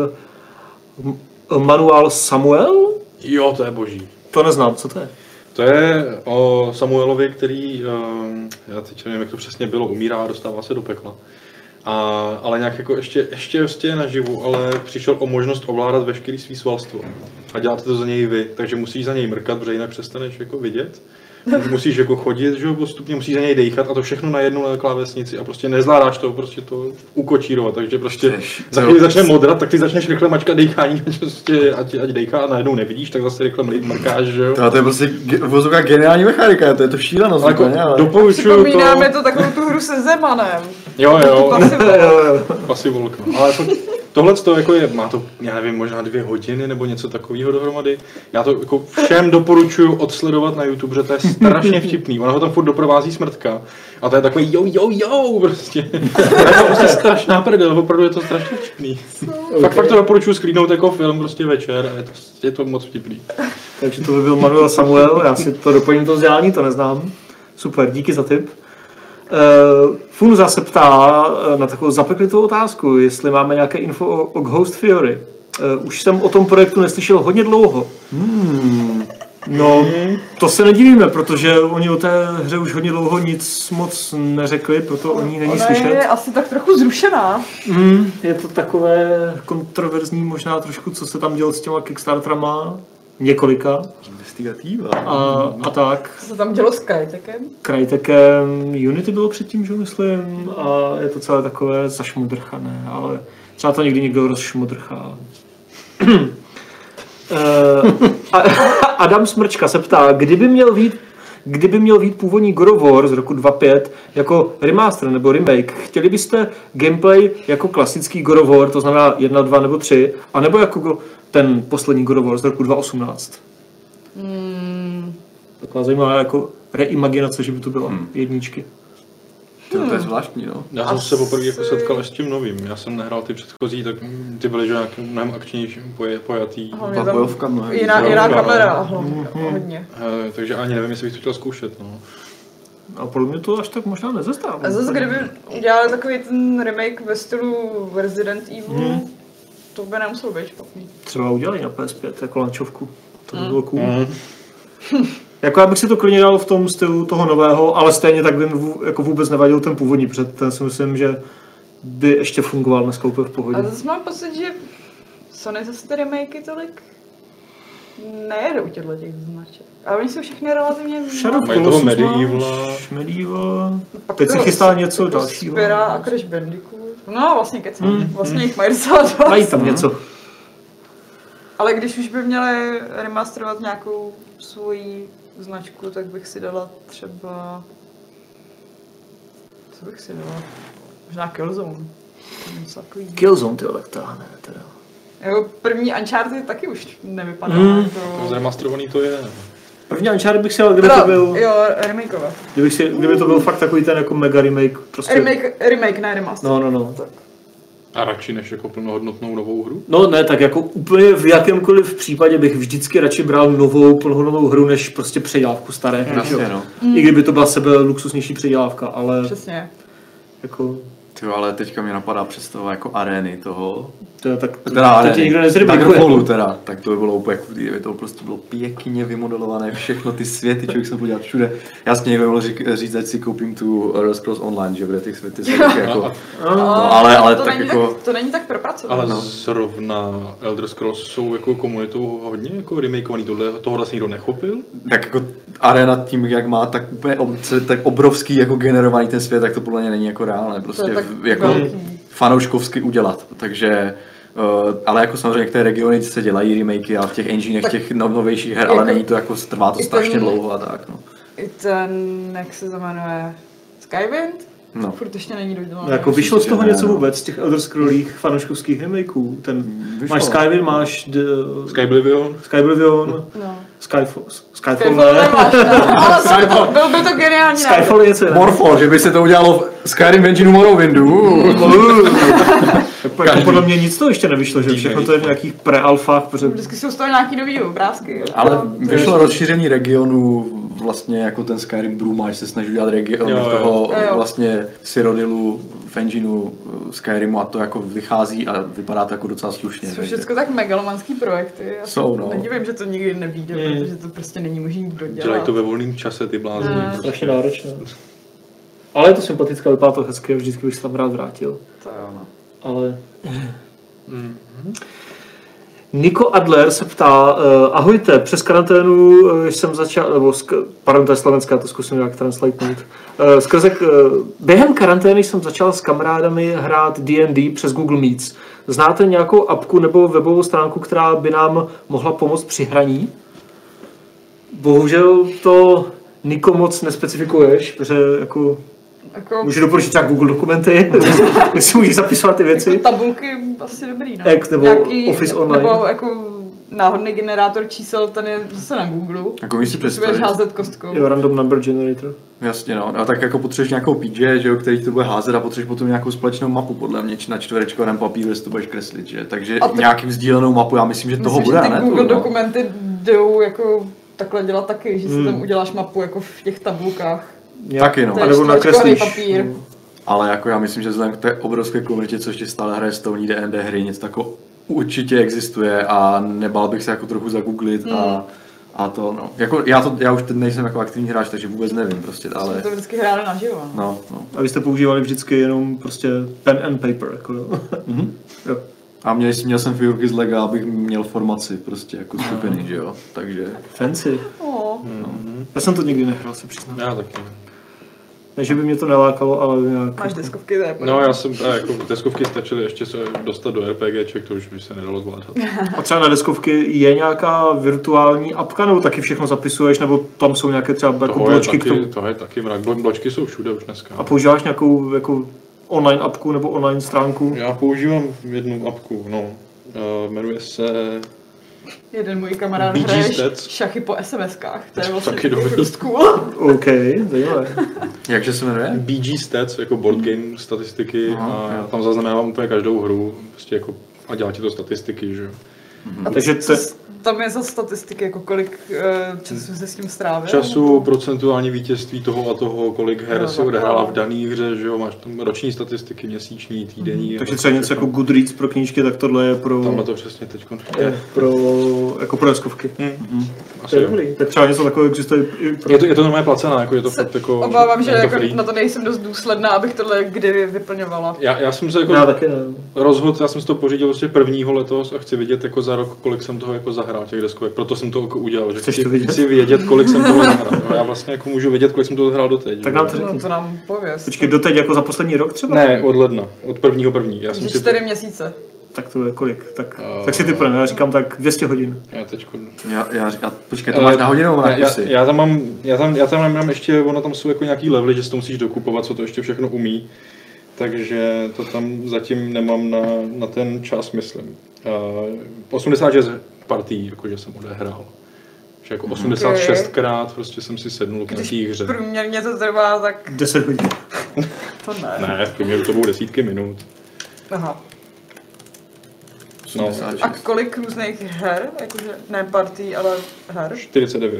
manuál Samuel? Jo, to je boží. To neznám, co to je? To je o Samuelovi, který, já teď nevím, jak to přesně bylo, umírá a dostává se do pekla. Ale nějak jako ještě je naživu, ale přišel o možnost ovládat veškerý svý svalstvo. A děláte to za něj vy, takže musíš za něj mrkat, protože jinak přestaneš jako vidět. Musíš jako chodit, že jo, postupně musíš za něj dejchat a to všechno na jednu klávesnici a prostě nezvládáš to, prostě to ukočírovat, takže prostě za chvíli začne modrat, tak ty začneš rychle mačkat dejchání, prostě ať dejchá a najednou nevidíš, tak zase rychle mrkáš, že jo. To je prostě vozová geniální mechanika, to je to šílenost. Ale jako doporučuju to. Připomínáme to takovou tu hru se Zemanem. Jo. Pasivolk. Ale tohleto jako má to, já nevím, možná 2 hodiny nebo něco takového dohromady. Já to jako všem doporučuju odsledovat na YouTube, že to je strašně vtipný. Ona ho tam furt doprovází smrtka. A to je takový jo, prostě. To je prostě strašná prdel, opravdu je to strašně vtipný. Fakt to doporučuju sklídnout jako film prostě večer a je to moc vtipný. Takže to by byl Manuel Samuel, já si to doplním to vzdělání, to neznám. Super, díky za tip. Funza se ptá na takovou zapeklitou otázku, jestli máme nějaké info o Ghost Theory. Už jsem o tom projektu neslyšel hodně dlouho. No, to se nedivíme, protože oni o té hře už hodně dlouho nic moc neřekli, proto o ní není slyšet. Ona je asi tak trochu zrušená. Je to takové kontroverzní možná trošku, co se tam dělo s těma Kickstarterama. Několika. Investigativa. A tak. Co se tam dělo s Crytekem? Crytekem Unity bylo předtím, že myslím, a je to celé takové zašmudrchané, ale třeba to někdy někdo rozšmudrchá. Adam Smrčka se ptá, kdyby měl být původní God of War z roku 2.5 jako remaster nebo remake, chtěli byste gameplay jako klasický God of War, to znamená 1, 2 nebo 3, anebo jako ten poslední God of War z roku 2018? Taková zajímavá jako reimaginace, že by to byla jedničky. To je zvláštní, no. Já jsem se poprvé jako setkal s tím novým. Já jsem nehrál ty předchozí, tak ty byly že nějak mnohem akčnější, pojatý. Bojovka mnohem. Jiná kamera, hodně. Takže ani nevím, jestli bych to chtěl zkoušet, no. A podle mě to až tak možná nezastává. A zase kdyby udělali takový ten remake ve stylu Resident Evil, to by nemuselo být špatný. Třeba udělali na PS5 jako lančovku. To by bylo cool. Jako já bych si to klidně dal v tom stylu toho nového, ale stejně tak by mi jako vůbec nevadil ten původní, protože ten si myslím, že by ještě fungoval dneska úplně v pohodě. A zase mám pocit, že Sony zase ty remakey tolik nejedou těch značek. Ale oni jsou všechny relativně... Mají toho Medieval. Teď se chystá něco dalšího. Spyra a Crash Bandicoot. No vlastně kecám, vlastně jich mají docela dost. Mají tam něco. Ale když už by měli remasterovat nějakou svoji značku, tak bych si dala třeba... Co bych si dala? Možná Killzone. Killzone, tyjo, tak táhne teda. Jako první Uncharted taky už nevypadá. To zremasterovaný to je. První Uncharted bych si dal, kdyby to byl... Jo, remakeovat. Kdyby to byl fakt takový ten jako mega remake, prostě... Remake, ne remaster. No. Tak. A radši než jako plnohodnotnou novou hru? No ne, tak jako úplně v jakémkoliv případě bych vždycky radši bral novou plnohodnotnou hru, než prostě předělávku staré. Jasně, no. I kdyby to byla sebe luxusnější předělávka, ale... Přesně. Jako... Tyjo, ale teďka mi napadá představa jako arény toho. To ti nikdo nezrybuje. Teda, tak to by bylo úplně cool, kdyby to prostě bylo pěkně vymodelované, všechno ty světy, člověk se podívat všude. Jasně někdo mohl říct, ať si koupím tu Elder Scrolls Online, že bude ty světy jsou taky jako... ale to tak jako... To není tak propracované. Ale zrovna Elder Scrolls jsou jako komunitou hodně jako remakeovaný, tohle vlastně nikdo nechopil. Tak jako arena tím, jak má tak úplně tak obrovský jako generovaný ten svět, tak to podle mě není jako reálné. Prostě jako fanouškovsky udělat, takže ale jako samozřejmě některé regiony se dělají remakey a v těch enginech těch novějších her, ale není to jako, trvá to strašně dlouho a tak, no. I ten, jak se to jmenuje, Skywind? No. Furt ještě není dodělaný. No, jako vyšlo z toho ne, něco no. vůbec, z těch Elder Scrollích fanouškovských remakeů. Vyšlo. Máš Skywind, máš Skyblivion. Skyblivion, No. Skyfall Skyfall ne. nemáš, ale byl by to geniální nápad. Skyfall je něco jiného. Morphle, že by se to udělalo v Skyrim engineu Morrowindu. Jako podle mě nic to ještě nevyšlo, že všechno to je v nějakých pre-alfách, protože Vždycky jsou z toho nějaký nový obrázky. Ale vyšlo rozšíření regionu, vlastně jako ten Skyrim Bruma, že se snaží udělat region toho vlastně Cyrodiilu v engineu Skyrimu a to jako vychází a vypadá to jako docela slušně. Jsou všechno tak megalomanský projekty. Já Jsou, no. Nedivím, že to nikdy nevyjde, protože to prostě není možný nikdo dělat. Dělají to ve volném čase, ty blázni. strašně náročné. Ale je to sympatická, vypadá to hezky a vždycky bych se tam rád vrátil. To jo, no. Ale... Niko Adler se ptá, ahojte, přes karanténu jsem začal, nebo pardon, to je slovenská, to zkusím nějak translatnout. Během karantény jsem začal s kamarádami hrát D&D přes Google Meets. Znáte nějakou apku nebo webovou stránku, která by nám mohla pomoct při hraní? Bohužel to Niko moc nespecifikuješ, protože jako... Můžu doporučit třeba Google dokumenty, kde si můžeš zapisovat ty věci. Jako tabulky asi dobrý, no. Nebo nějaký, Office Online. Nebo jako náhodný generátor čísel, ten je zase na Google. Jako mi si Budeš představit. házet kostkou. Jo, random number generator. Jasně, no. A tak jako potřebuješ nějakou PJ, že jo, který to bude házet a potřebuješ potom nějakou společnou mapu, podle mě, na čtverečkovém papíru, jestli to budeš kreslit, že? Takže nějakým sdílenou mapu, já myslím, že toho bude, že ty ne? Google no. dokumenty jdou jako takhle dělat taky, že si tam uděláš mapu jako v těch tabulkách. Taky no. To je nebo nakreslíš. papír. Ale jako já myslím, že vzhledem k té obrovské komunitě, co ještě stále hraje stovní D&D hry, něco takového určitě existuje a nebál bych se jako trochu zagooglit a to no. Jako já už teď nejsem jako aktivní hráč, takže vůbec nevím prostě, ale... Jsme to vždycky hráli naživo. No. A vy jste používali vždycky jenom prostě pen and paper, jako jo. Jo. A měl jsem figurky z Lega, abych měl formaci prostě jako skupiny, že jo, takže... Fancy. Já jsem to nikdy nehrál, se přiznám. Já taky. Ne, že by mě to nelákalo, ale nějak... Máš deskovky, to je No já jsem, jako deskovky stačily ještě se dostat do RPGček, to už by se nedalo zvládat. A třeba na deskovky je nějaká virtuální apka, nebo taky všechno zapisuješ, nebo tam jsou nějaké třeba jako bločky k tomu? Toho je taky mrak, bločky jsou všude už dneska. A používáš nějakou jako online apku nebo online stránku? Já používám jednu apku, no. Jmenuje se... Jeden můj kamarád BG hraje Stats. šachy po SMS-kách, to je vlastně Taky dobrý. dost cool. OK, zajímavé. Jakže se jmenuje? BG Stats, jako board game statistiky a já tam zaznamenávám úplně každou hru, prostě jako a dělá ti to statistiky, že jo. Takže to... Tam je za statistiky, jako kolik času se s tím strávil? Času, procentuální vítězství toho a toho, kolik her Jo, si tak odehrála jo. v daný hře, že jo, máš tam roční statistiky, měsíční, týdenní. Takže třeba něco jako Goodreads pro knížky, tak tohle je pro... Tamhle to přesně teď je pro, jako pro deskovky. Asi To je jo. dobrý. Tak třeba něco takového existuje i pro... Je to normálně placená, jako je to fakt jako... Obávám, že je to jako free. na to nejsem dost důsledná, abych tohle kdy vyplňovala. Já jsem se jako Já taky ne. rozhodl, já jsem si to pořídil vlastně prvního letos a chci vidět jako za rok, kolik jsem toho jako zahrál těch deskovek, proto jsem to jako udělal, že Chceš to vidět? chci vědět, kolik jsem toho zahrál. No, já vlastně jako můžu vědět, kolik jsem toho zahrál doteď. Tak že? nám to No řekni. to nám pověz. Počkej, doteď jako za poslední rok třeba? Ne, od ledna, od první. Já jsem Že si 4 měsíce. Tak to je kolik? Tak si typujeme, já říkám tak 200 hodin. Já teďko... Já říkám, počkej, to máš na hodinu nebo na kusy? Já tam mám ještě, ono tam jsou jako nějaký levely, že si to musíš dokupovat, co to ještě všechno umí. Takže to tam zatím nemám na ten čas, myslím. 86 partí, jakože jsem odehrál. Že jako 86krát prostě jsem si sednul k nějaký hře. Průměrně to trvá tak 10 hodin. to ne. Ne, v průměru to budou desítky minut. Aha. No, A kolik různých her? Jakože ne partí, ale her? 49.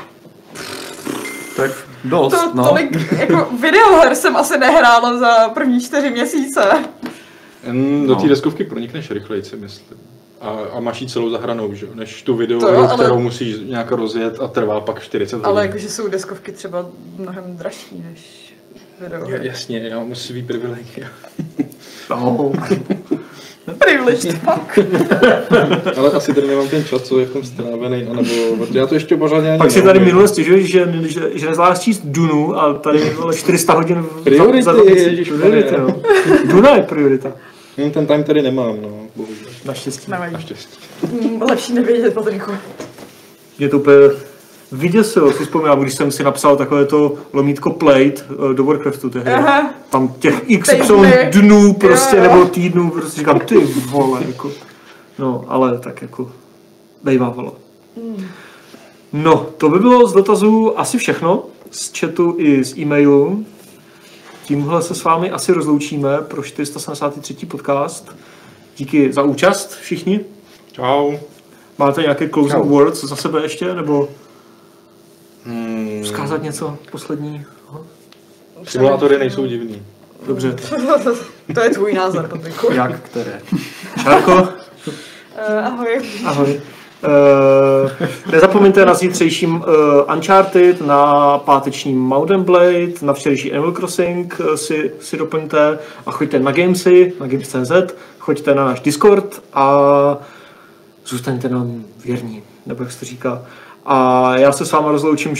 Tak dost, To no. tolik, jako videoher jsem asi nehrála za první 4 měsíce. Do té deskovky pronikneš rychleji, si myslím. A máš jí celou zahranou, že? Než tu video, To jo, ale- kterou musíš nějak rozjet a trvá pak 40 hodin. Ale jakože jsou deskovky třeba mnohem dražší než videohry. Jasně, já musím být privilegia. No. Privileged fuck. Ale asi tady nemám ten čas, co je v tom strávený, anebo já to ještě pořádně ani Pak si tady neumím. minule stěžuješ, že nezvládáš číst Dunu a tady vole, 400 hodin Priority, priority, no. Duna je priorita. Ten time tady nemám, no, bohužel. Naštěstí. Nevadí. Naštěstí. Lepší nevědět, Patriku. Mě to úplně vyděsilo, si vzpomínám, když jsem si napsal takové to lomítko plate do Warcraftu tehdy. Aha. Tam těch XY Týdny. dnů prostě, Jo. nebo týdnů, prostě říkám, ty vole, jako. No, ale tak jako bejvávalo. No, to by bylo z dotazů asi všechno, z chatu i z e-mailu. Tímhle se s vámi asi rozloučíme pro 473. podcast. Díky za účast všichni. Čau. Máte nějaké closing words za sebe ještě, nebo Hmm. vzkázat něco poslední? Simulátory nejsou divný. Dobře. To je tvůj názor, Patriku. Jak které? Čárko, Ahoj. ahoj. Nezapomeňte na zítřejším Uncharted, na pátečním Mount & Blade, na včerejší Animal Crossing si doplňte a choďte na Gamesy, na Games.cz, choďte na náš Discord a zůstaňte nám věrní, nebo jak se to říká. A já se s váma rozloučím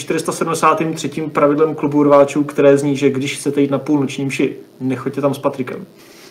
473. pravidlem klubu urváčů, které zní, že když chcete jít na půlnoční mši, nechoďte tam s Patrikem.